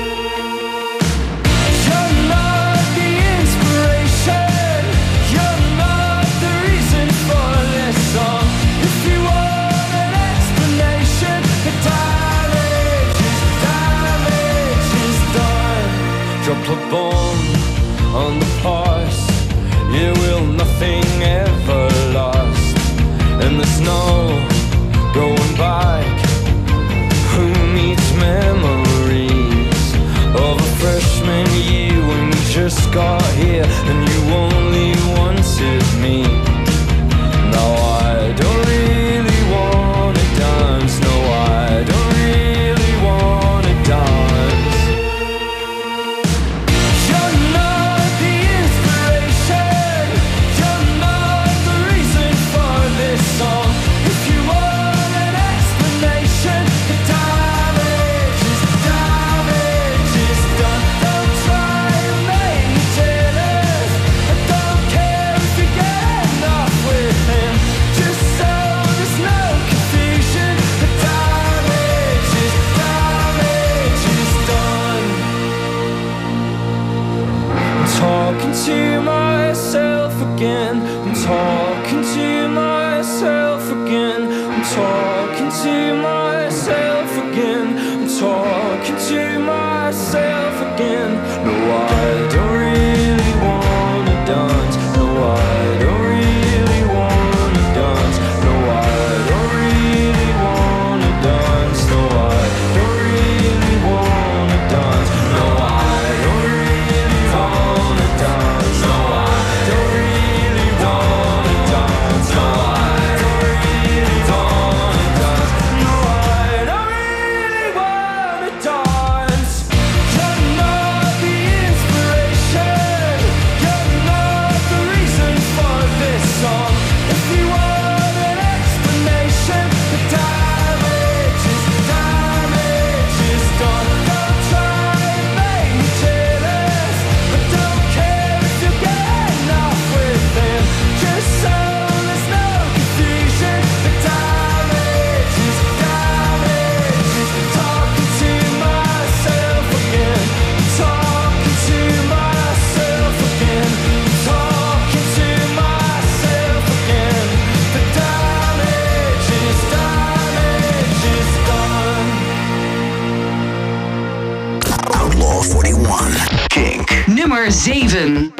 You're not the inspiration. You're not the reason for this song. If you want an explanation, the damage is, damage is done. Drop a bomb on the past. Yeah, will nothing ever lost? And there's no going back. Who needs memories of a freshman year when we just got here and you only wanted me? No, I don't really wanna dance. No, I don't really wanna dance. You're not the eenenveertig. Kink. Nummer zeven.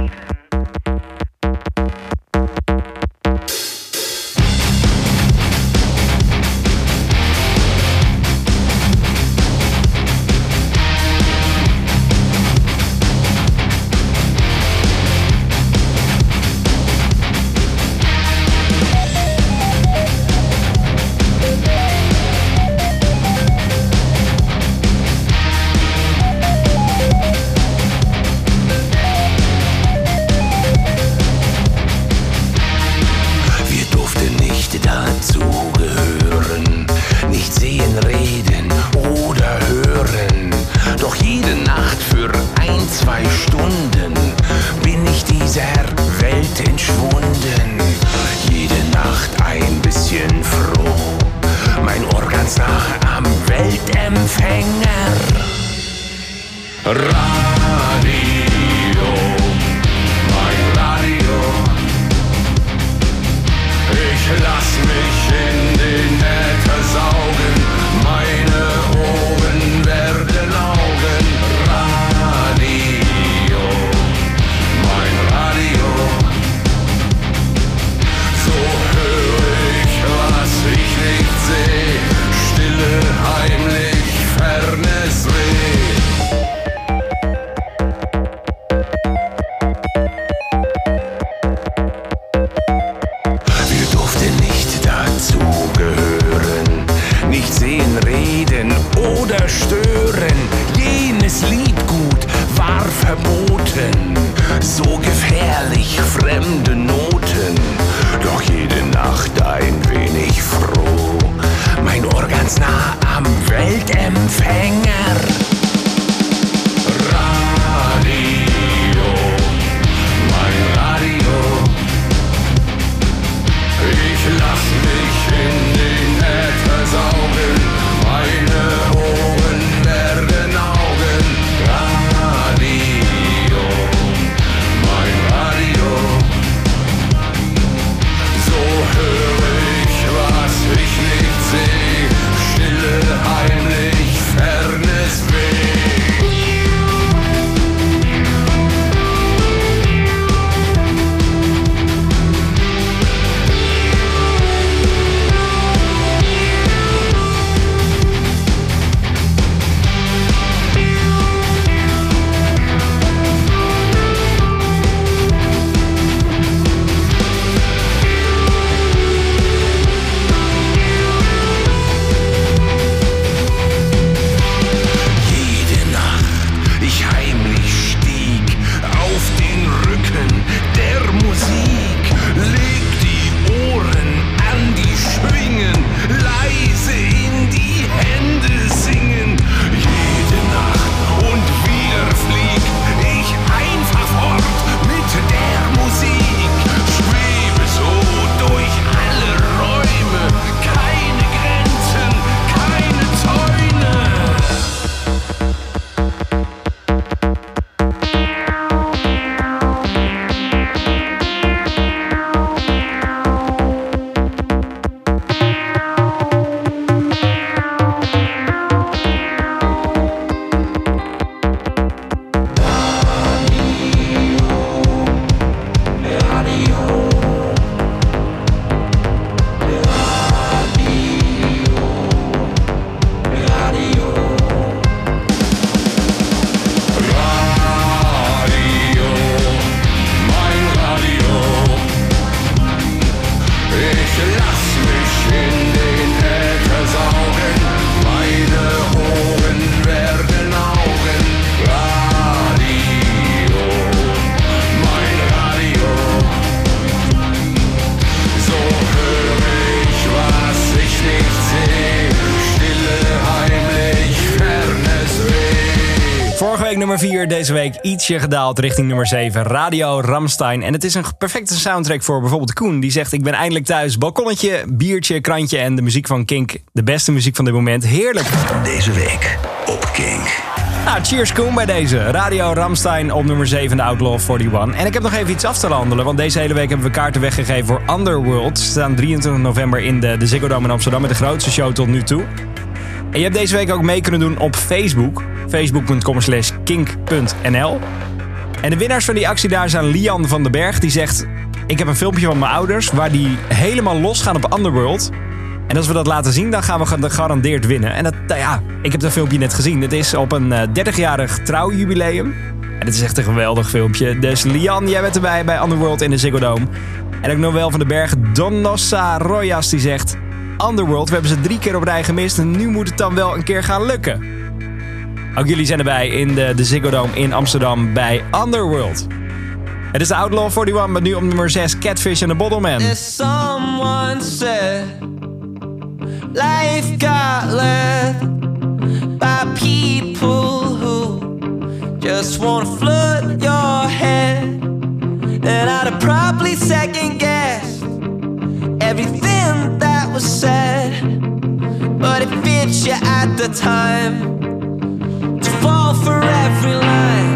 Nummer vier deze week ietsje gedaald richting nummer zeven. Radio Rammstein. En het is een perfecte soundtrack voor bijvoorbeeld Koen. Die zegt, ik ben eindelijk thuis. Balkonnetje, biertje, krantje en de muziek van Kink. De beste muziek van dit moment. Heerlijk. Deze week op Kink. Nou, cheers Koen bij deze. Radio Rammstein op nummer zeven, de Outlaw eenenveertig. En ik heb nog even iets af te handelen. Want deze hele week hebben we kaarten weggegeven voor Underworld. Ze staan drieëntwintig november in de, de Ziggo Dome in Amsterdam. Met de grootste show tot nu toe. En je hebt deze week ook mee kunnen doen op Facebook. facebook.com slash kink.nl. En de winnaars van die actie daar zijn Lian van den Berg. Die zegt, ik heb een filmpje van mijn ouders waar die helemaal losgaan op Underworld. En als we dat laten zien, dan gaan we gegarandeerd winnen. En dat, nou ja, ik heb dat filmpje net gezien. Het is op een dertigjarig trouwjubileum. En het is echt een geweldig filmpje. Dus Lian, jij bent erbij bij Underworld in de Ziggo Dome. En ook Noël van den Berg, Donossa Royas, die zegt... Underworld, we hebben ze drie keer op rij gemist en nu moet het dan wel een keer gaan lukken. Ook jullie zijn erbij in de, de Ziggo Dome in Amsterdam bij Underworld. Het is de Outlaw eenenveertig, maar nu op nummer zes, Catfish and the Bottleman. As someone said, life got led by people who just wanna flood your head. And I'd have probably second guessed everything that was said, but it fits you at the time to fall for every line.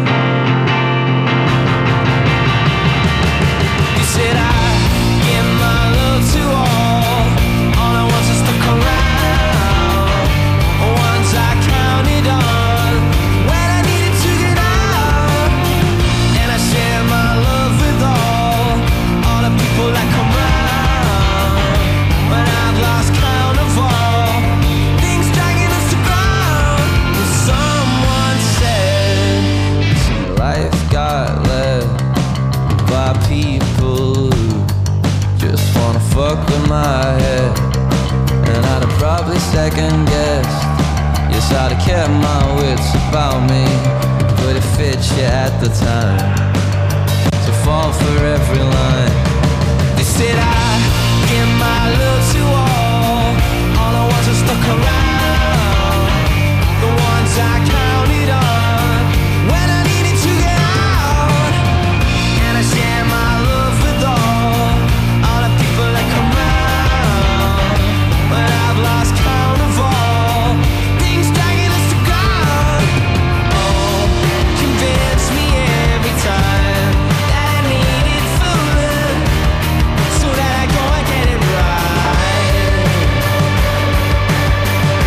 You said I give my love to all, all the ones that stuck around, ones I counted on when I needed to get out, and I share my love with all, all the people that come round, when I've lost count of all, things dragging us to ground. And someone said, life got led by people who just wanna fuck with my head. And I'd have probably second guessed, yes, I'd have kept my wits about me, but it fits you at the time to fall for every line. They said I give my love to all, all the ones that stuck around, the ones I counted on when I needed to get out, and I share my love with all, all the people that come round, when I've lost count of all, things dragging us to ground. Oh, convince me every time that I needed fooling, so that I go and get it right.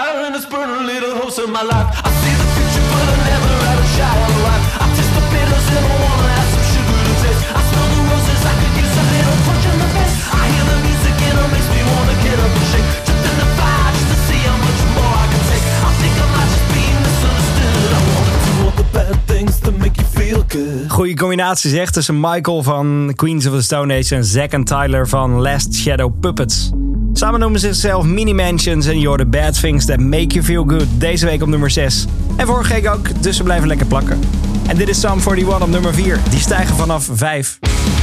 fire and it's burning a little holes in my life. I see the future but I never had a shot at life. I taste the bitters and I wanna have some sugar to taste. I smell the roses, I could use a little punch in the face. I hear the music and it makes me wanna get up and shake. Jumped in the fire just to see how much more I can take. I think I might just be misunderstood. I wanna do all the bad things to make you feel good. Goeie combinatie zeg tussen Michael van Queens of the Stone Age en Zack en Tyler van Last Shadow Puppets. Samen noemen ze zichzelf Mini Mansions en you're the bad things that make you feel good. Deze week op nummer zes. En vorige week ook, dus ze blijven lekker plakken. En dit is Sum eenenveertig op nummer vier. Die stijgen vanaf vijf.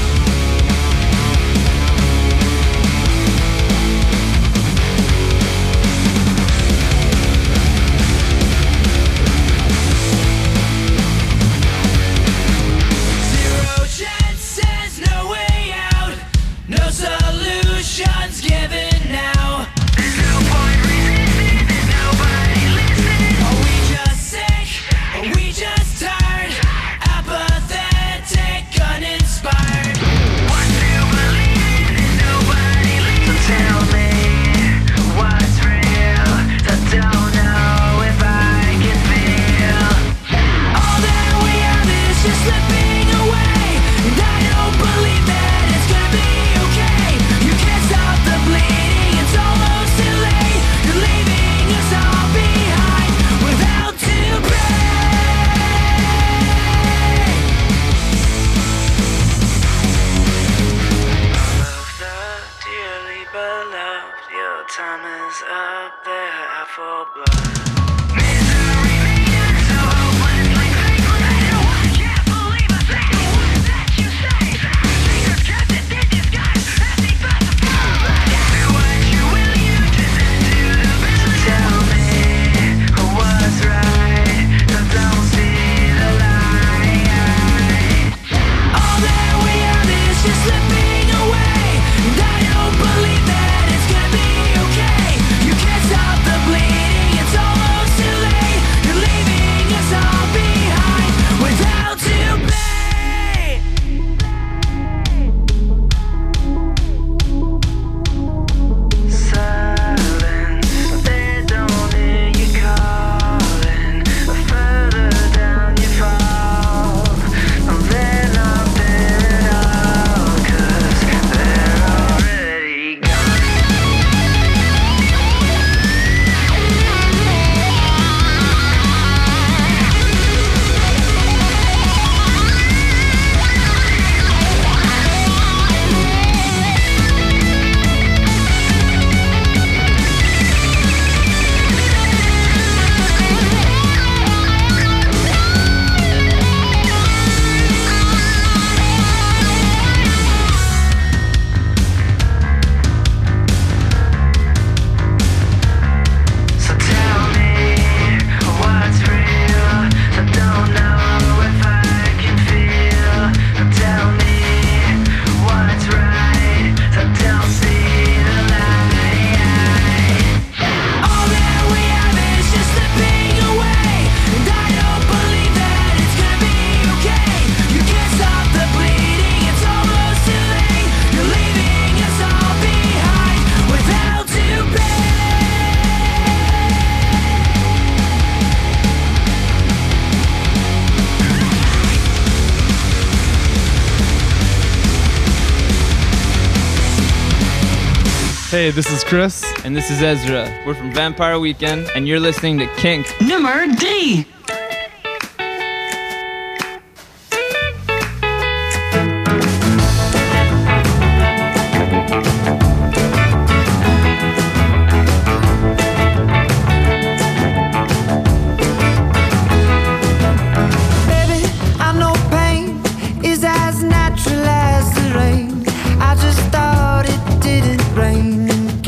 Hey, this is Chris. And this is Ezra. We're from Vampire Weekend, and you're listening to Kink. Nummer drie.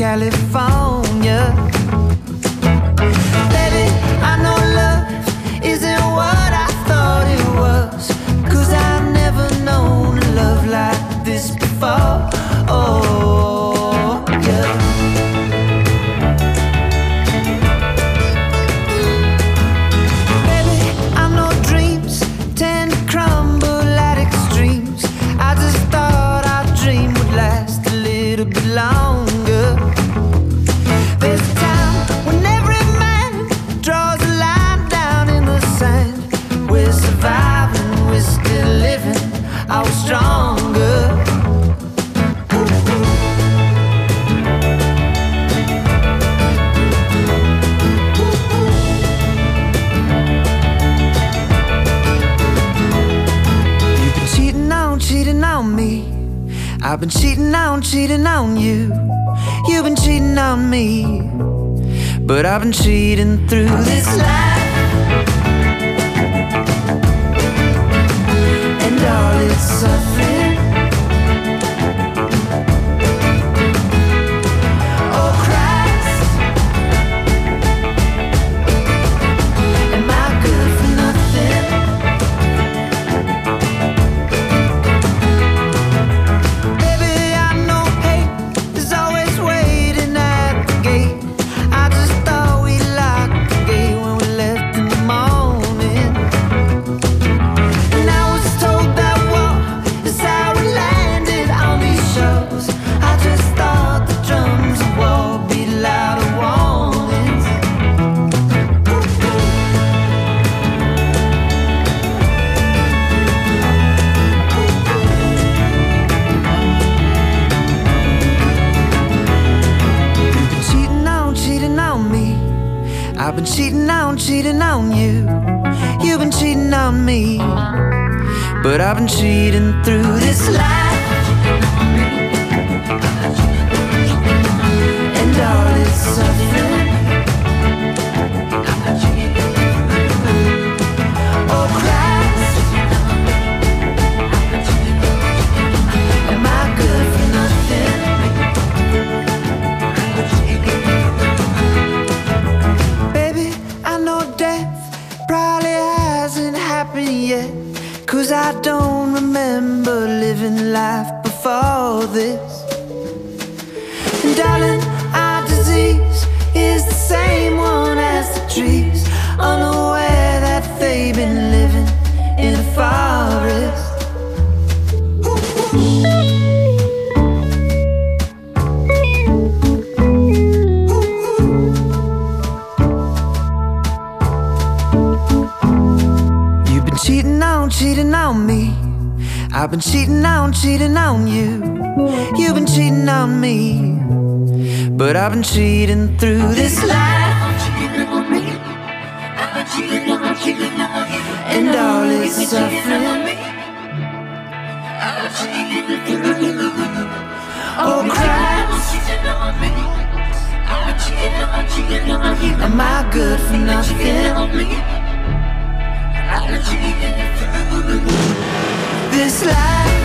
California. Baby, I know love I've been cheating on, cheating on you. You've been cheating on me. But I've been cheating through this life. And all its suffering. Oh Christ, am I good for nothing? Baby, I know hate is always waiting at the gate. I just thought we locked the gate when we left in the morning. And I was told that war is how we landed on these shores. I just thought the drums of war beat louder warnings. You've been cheating on, cheating on me. I've been cheating on, cheating on you. You've been cheating on me. But I've been cheating through this life. And all its suffering. Oh Christ, am I good for nothing? Baby, I know death probably hasn't happened yet. Cause I don't remember living life before this. And darling, our disease is the same one as the trees, unaware that they've been living in a forest. You've been cheating on, cheating on me. I've been cheating on, cheating on you. You've been cheating on me. But I've been cheating through this life. And all its suffering. Oh Christ, am I good for nothing? This life.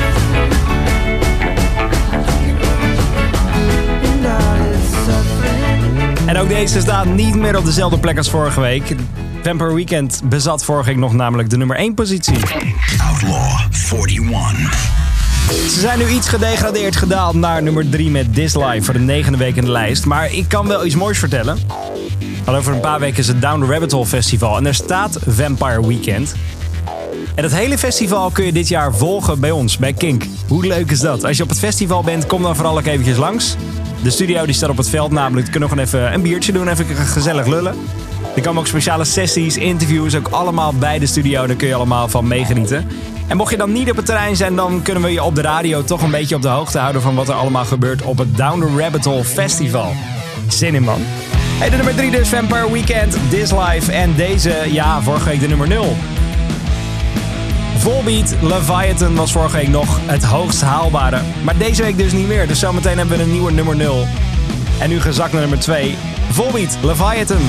And all its suffering. En ook deze staat niet meer op dezelfde plek als vorige week. Vampire Weekend bezat vorige week nog namelijk de nummer één positie. Outlaw eenenveertig. Ze zijn nu iets gedegradeerd gedaald naar nummer drie met This Life voor de negende week in de lijst. Maar ik kan wel iets moois vertellen. Al over een paar weken is het Down the Rabbit Hole Festival en er staat Vampire Weekend. En dat hele festival kun je dit jaar volgen bij ons, bij Kink. Hoe leuk is dat? Als je op het festival bent, kom dan vooral ook eventjes langs. De studio die staat op het veld namelijk. We kunnen gewoon even een biertje doen, even gezellig lullen. Er komen ook speciale sessies, interviews, ook allemaal bij de studio. Daar kun je allemaal van meegenieten. En mocht je dan niet op het terrein zijn, dan kunnen we je op de radio toch een beetje op de hoogte houden van wat er allemaal gebeurt op het Down the Rabbit Hole Festival. Zin in, man. Hey, de nummer drie dus, Vampire Weekend, This Life. En deze, ja, vorige week de nummer nul. Volbeat, Leviathan was vorige week nog het hoogst haalbare. Maar deze week dus niet meer. Dus zometeen hebben we een nieuwe nummer nul. En nu gezakt naar nummer twee. Volbeat, Leviathan.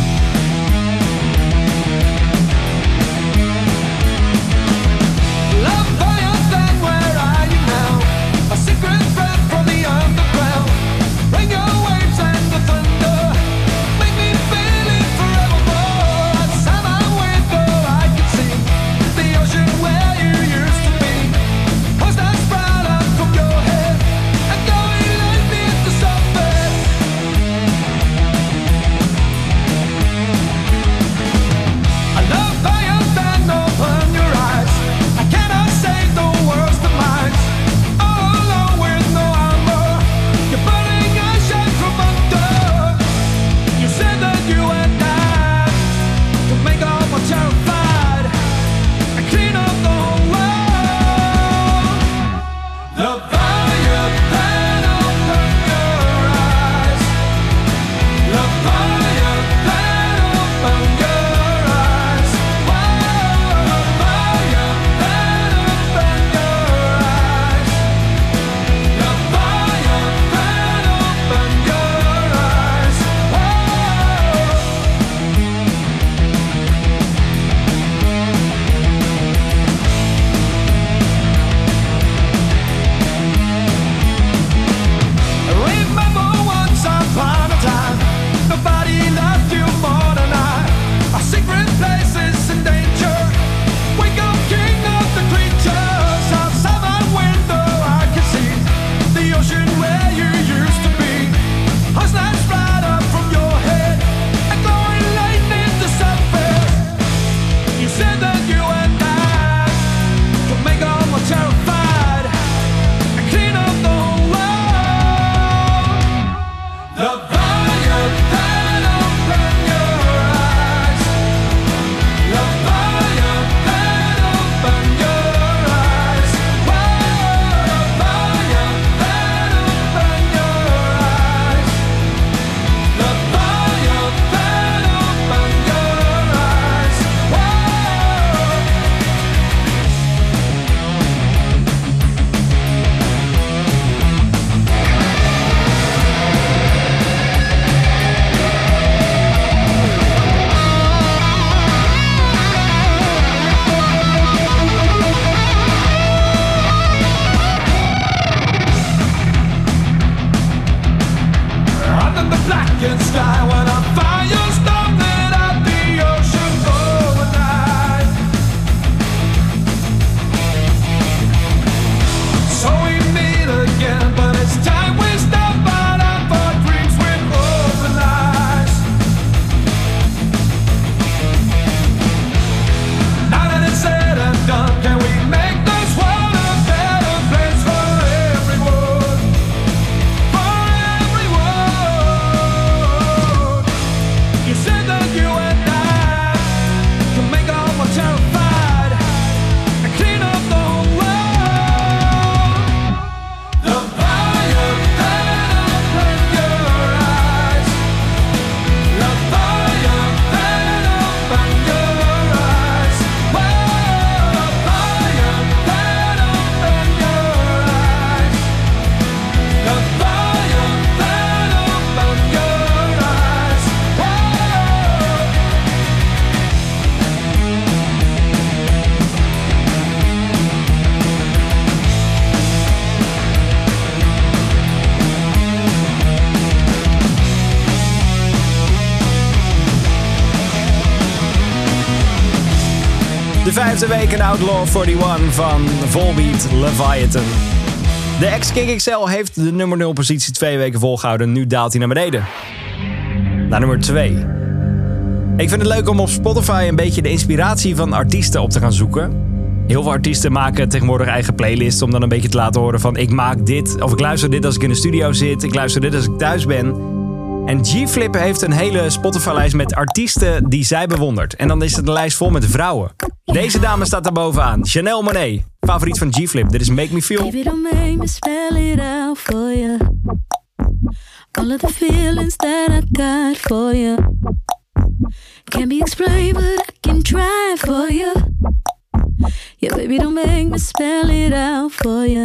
From De vijfde week in Outlaw eenenveertig van Volbeat Leviathan. De ex-King X L heeft de nummer nul positie twee weken volgehouden. Nu daalt hij naar beneden. Naar nummer twee. Ik vind het leuk om op Spotify een beetje de inspiratie van artiesten op te gaan zoeken. Heel veel artiesten maken tegenwoordig eigen playlists om dan een beetje te laten horen van ik maak dit, of ik luister dit als ik in de studio zit, ik luister dit als ik thuis ben. En G-Flip heeft een hele Spotify-lijst met artiesten die zij bewondert. En dan is het een lijst vol met vrouwen. Deze dame staat daar bovenaan. Janelle Monáe, favoriet van G-Flip. Dit is Make Me Feel. Baby, don't make me spell it out for you. All of the feelings that I got for you can't be explained, but I can try for you. Yeah, baby, don't make me spell it out for you.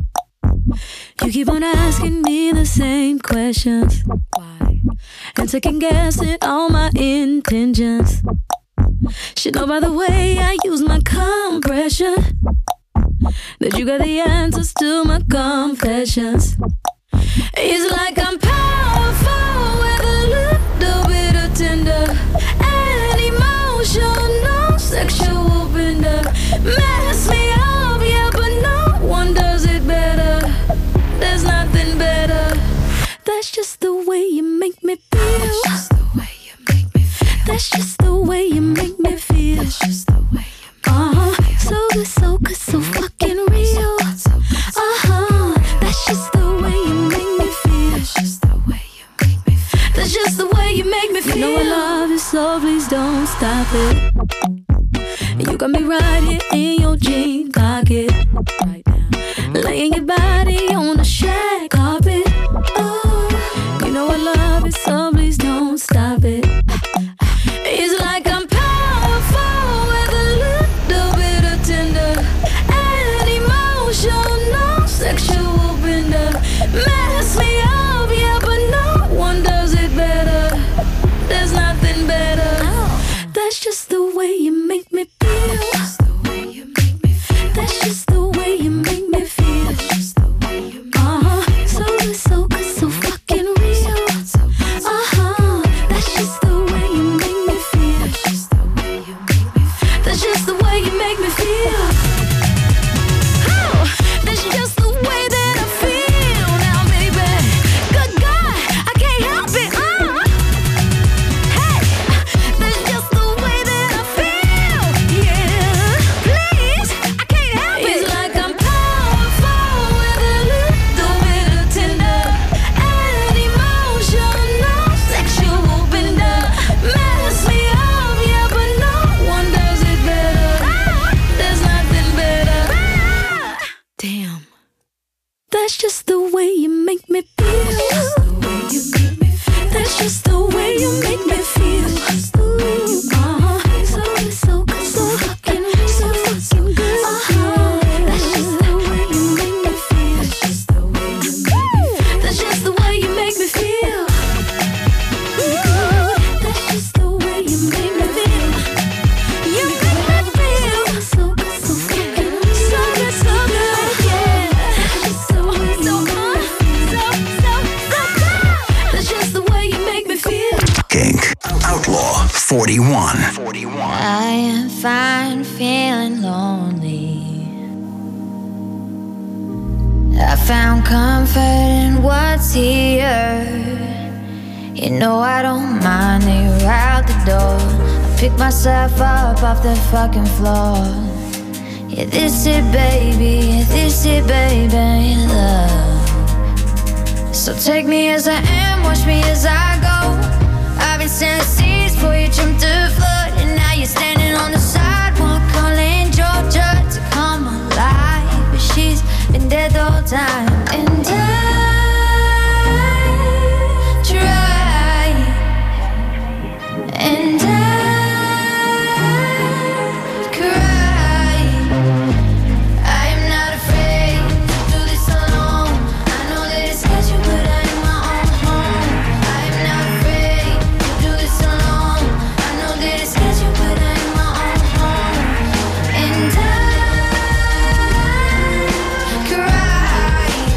You keep on asking me the same questions. Why? And second guessing all my intentions. Should know by the way I use my compression that you got the answers to my confessions. It's like I'm powerful with a little bit of tender and emotional sexual bender. Mess me up, yeah, but no one does it better. There's nothing better. That's just the way you make me feel. That's just the way you make me feel. That's just the way you make me feel. That's just the way you make uh-huh. me feel. So good, so good, so fucking real. Uh-huh. That's just the way you make me feel. That's just the way you make me feel. That's just the way you make me feel. You know I love you, so please don't stop it. You got me right here in your jean pocket. Right now. Laying your body on the shag carpet. Oh, you know I love it, so please don't stop it. It's like I'm powerful with a little bit of tender and emotional sexual bender. Mess me up, yeah, but no one does it better. There's nothing better. That's just the way you make me feel. That's just the way you make me feel. That's just the way you make me feel. That's just the way you make me feel. Uh-huh. So good, so good, so fucking real. Uh-huh. That's just the way you make me feel. That's just the way you make me feel. That's just the way you make me feel. Oh, that's just the way that I feel now, baby. Good God, I can't help it. Uh. Hey, that's just the way that I feel. Yeah, please, I can't help it. It's like I'm powerful with a little bit of tender and emotional sexual bender. Mess me up, yeah, but no one does it better. There's nothing better. Damn, that's just the way you make me feel. That's just the way you make me feel. Uh-huh. So good, so good, so fucking, so fucking good. Uh-huh. That's just the way you make me feel. That's just the way you make me feel. That's just the way you make me feel. That's just the way you make me feel. You make me feel so good, so fucking, so good, so good, yeah. That's just the way you make me feel. So, so, so good. That's just the way you make me feel. Kink. Outlaw forty-one. I am fine, feeling lonely. I found comfort in what's here. You know I don't mind that you're out the door. I pick myself up off the fucking floor. Yeah, this it, baby. Yeah, this it, baby. Love. So take me as I am, watch me as I go. I've been sailing seas before you jumped the flood, and now you're standing on the sidewalk calling Georgia to come alive. But she's been dead the whole time, and I try, and I cry. I'm not afraid to do this alone. I know that it scares you, but I am my own home. I'm not afraid to do this alone. I know that it scares you, but I am my own home. And I cry.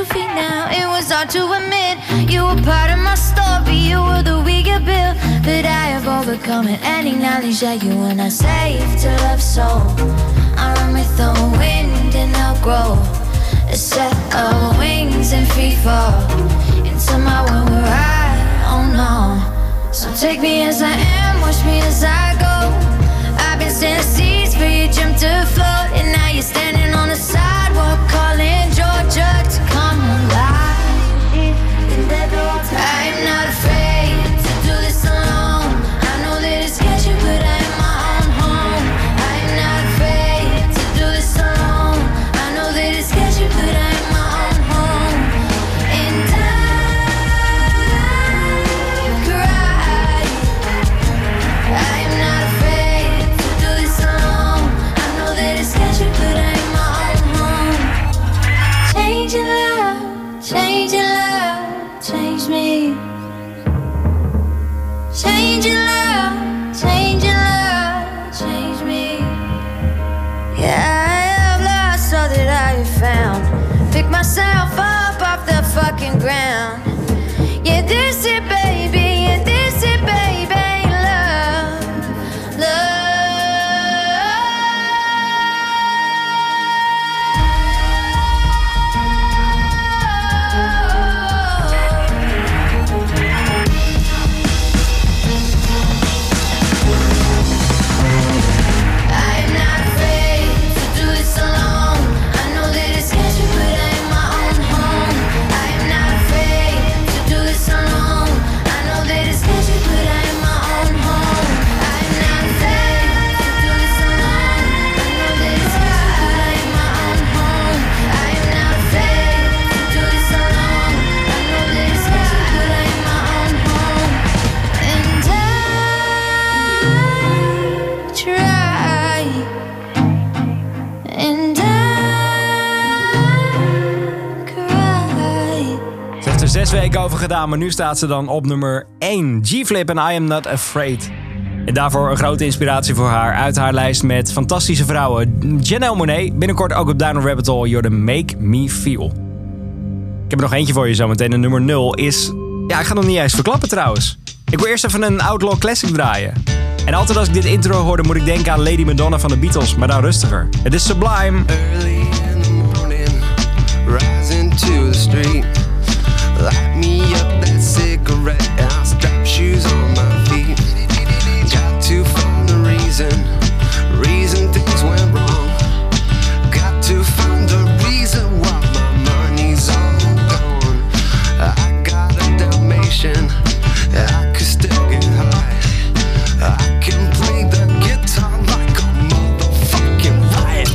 two feet now. It was hard to admit you were part of my story. You were the weaker bill, but I have overcome it and acknowledge that you were not safe to love. So I run with the wind and I'll grow a set of wings and free fall into my world where I don't know. So take me as I am, watch me as I go. I've been standing seas for you jump to float, and now you're standing on the sidewalk calling Georgia to come alive. I'm not afraid to do this alone. I know that it's sketchy, but I am my own home. I'm not afraid to do this alone. I know that it's sketchy, but I am my own home. And I cry. I'm not afraid to do this alone. I know that it's sketchy, but I am my own home. Changing love, changing love, change me. Changing love, changing love, change me. Yeah, I have lost all that I have found. Pick myself up off the fucking ground. Yeah, this it, baby. Yeah, this it, baby. Love, love. I'm not afraid to do this alone. I know that it's sketchy, but I am my own home. I'm not afraid to do this alone. I know that it's sketchy, but I am my own home. I'm not afraid to do this alone. I know that it's sketchy, but I am my own home. I am not afraid to do this alone. I know that it's sketchy, but I am my own home. And I try. And I cry. Ze heeft er zes weken over gedaan, maar nu staat ze dan op nummer één. G-Flip en I Am Not Afraid. En daarvoor een grote inspiratie voor haar uit haar lijst met fantastische vrouwen. Janelle Monáe, binnenkort ook op Down the Rabbit Hole, You're the Make Me Feel. Ik heb er nog eentje voor je zometeen. En nummer nul is... Ja, ik ga nog niet eens verklappen trouwens. Ik wil eerst even een Outlaw Classic draaien. En altijd als ik dit intro hoorde moet ik denken aan Lady Madonna van de Beatles, maar dan rustiger. Het is Sublime. Early in the morning, rising to the street. Light me up that cigarette and I'll strap shoes on my feet. Got to find the reason, reason things went wrong. Got to find the reason why my money's all gone. I got a Dalmatian, I could still get high. I can play the guitar like a motherfucking riot.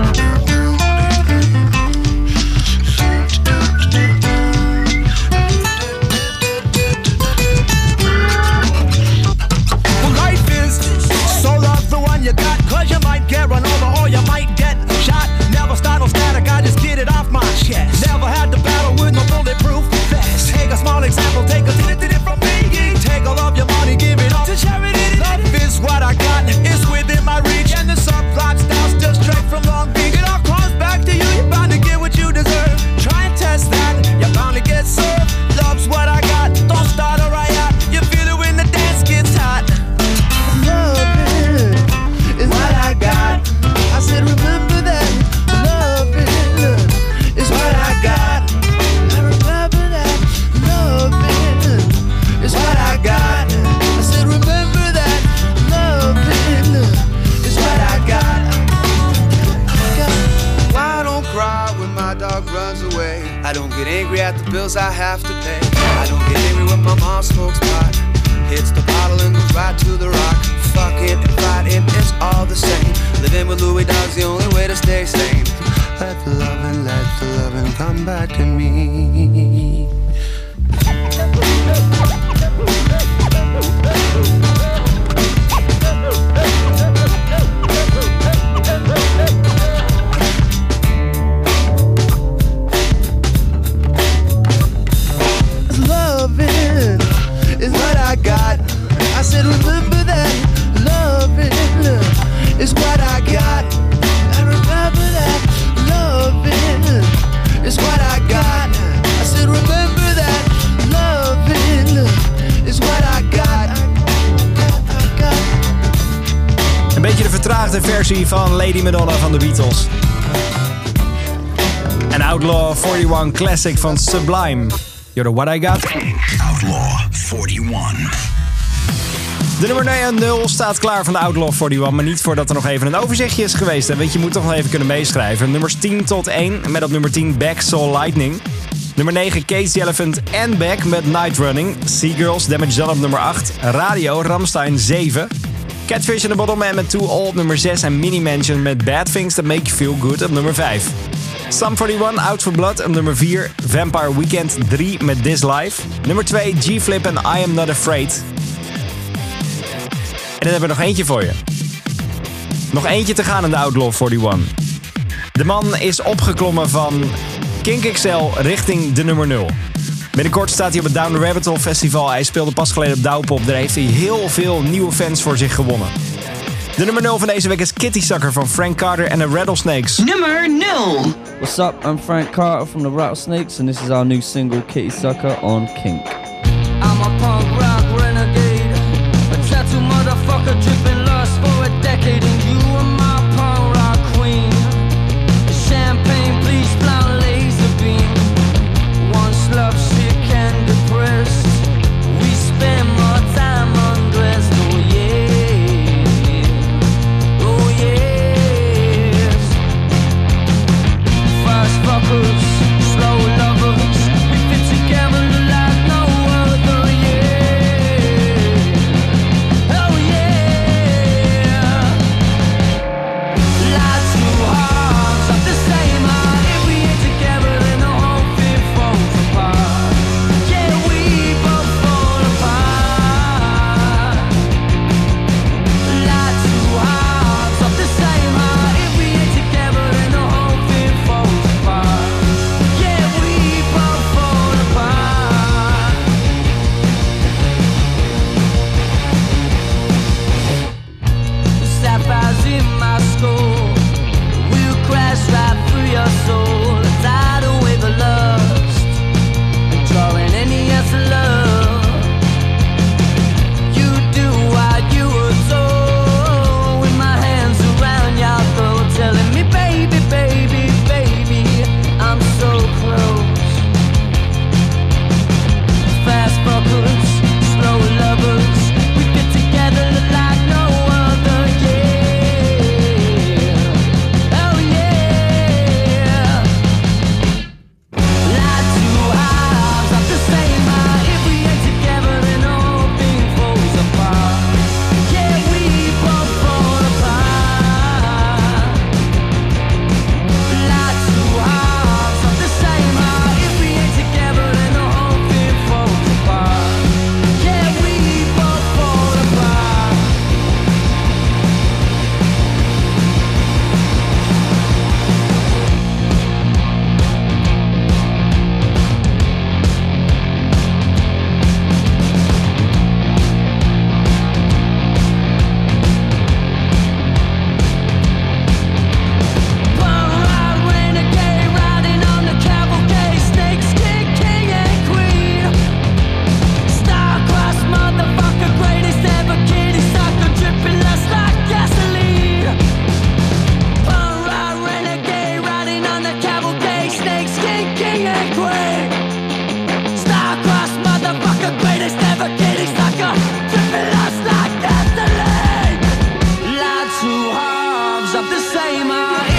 Well, life is so love the one you got, cause you might get run over or you might get shot. Never start no static, I just get it off my chest. Never had to battle with no bulletproof vest. Take a small example, take a did it from me. Take all of your money, give it all to charity. Love is what I got, it's within my reach. And the subplot style's still straight from Long Beach. It all comes back to you, you're bound to get what you deserve. Try and test that, you're bound to get served. Love's what I got, don't start a riot. You feel it when the dance gets hot. Love is what I got. I said remember that. Love is what I got. I remember that. Love is what I got. I said remember that. Love is what I got. I don't cry when my dog runs away. I don't get angry at the bills I have to pay. I don't get angry when my mom smokes pot. Hits the bottle and goes right to the rock. Fuck it and fight it, it's all the same. Living with Louis Dog's the only way to stay sane. Let the loving, let the loving come back to me. Loving is what I got. I said remember that. Loving is what I got. I remember that. Loving is what I got. productie van Lady Madonna van de Beatles. En Outlaw eenenveertig Classic van Sublime. You're the What I Got. Outlaw eenenveertig. De nummer nul staat klaar van de Outlaw eenenveertig, maar niet voordat er nog even een overzichtje is geweest. En weet je, je moet toch nog even kunnen meeschrijven. Nummers tien tot één, met op nummer tien Beck, Soul Lightning. Nummer negen, Cage the Elephant en Beck met Night Running. Seagirls, Damage Done op nummer acht. Radio, Rammstein zeven. Catfish in the Bottle Man met Too Old op nummer zes. En Mini Mansion met Bad Things That Make You Feel Good op nummer vijf. Sum eenenveertig, Out for Blood op nummer vier. Vampire Weekend drie met This Life. Nummer twee, G-Flip en I Am Not Afraid. En dan hebben we nog eentje voor je. Nog eentje te gaan in de Outlaw eenenveertig. De man is opgeklommen van Kink X L richting de nummer nul. Binnenkort staat hij op het Down the Rabbit Hole Festival. Hij speelde pas geleden op Douwpop. Daar heeft hij heel veel nieuwe fans voor zich gewonnen. De nummer nul van deze week is Kitty Sucker van Frank Carter en de Rattlesnakes. Nummer nul. What's up? I'm Frank Carter from the Rattlesnakes and this is our new single Kitty Sucker on Kink. I'm a punk rock renegade, a tattoo motherfucker dripping lust for a decade, and you are my punk rock queen. A champagne bleach blonde laser beam, once love sick and depressed. We spend more time undressed. Oh yeah, oh yes. Fast fuckers, slow lovers, we fit together like no other. Yeah, oh yeah. Like two hearts of the same heart. If we ain't together, then the whole thing falls apart. Yeah, we both fall apart. Like two hearts of the same heart. If we ain't together, then the whole thing falls apart. Yeah, we both fall apart. Sapphires in my skull, we'll crash right through your soul. Tidal wave of lust, drawing any answer love. You do what you were told, with my hands around your throat, telling me, baby, baby, baby, I'm so close. Fast fuckers, slow lovers, we fit together like no other. Yeah, oh yeah. Like two halves of the same heart. If we ain't together, then the whole thing falls apart. Yeah, we both fall apart. Like two halves of the same heart. If we ain't together, then the whole thing falls apart. Yeah, we both fall apart. Punk rock renegade, riding on the cavalcade, snakes, king, king and queen. Star-crossed motherfucker, greatest ever, kitty sucker, dripping lust like gasoline. Punk rock renegade, riding on the cavalcade, snakes, king, king and queen. Star-crossed motherfucker, greatest ever, kitty sucker, dripping lust like gasoline. Like two halves of the same heart.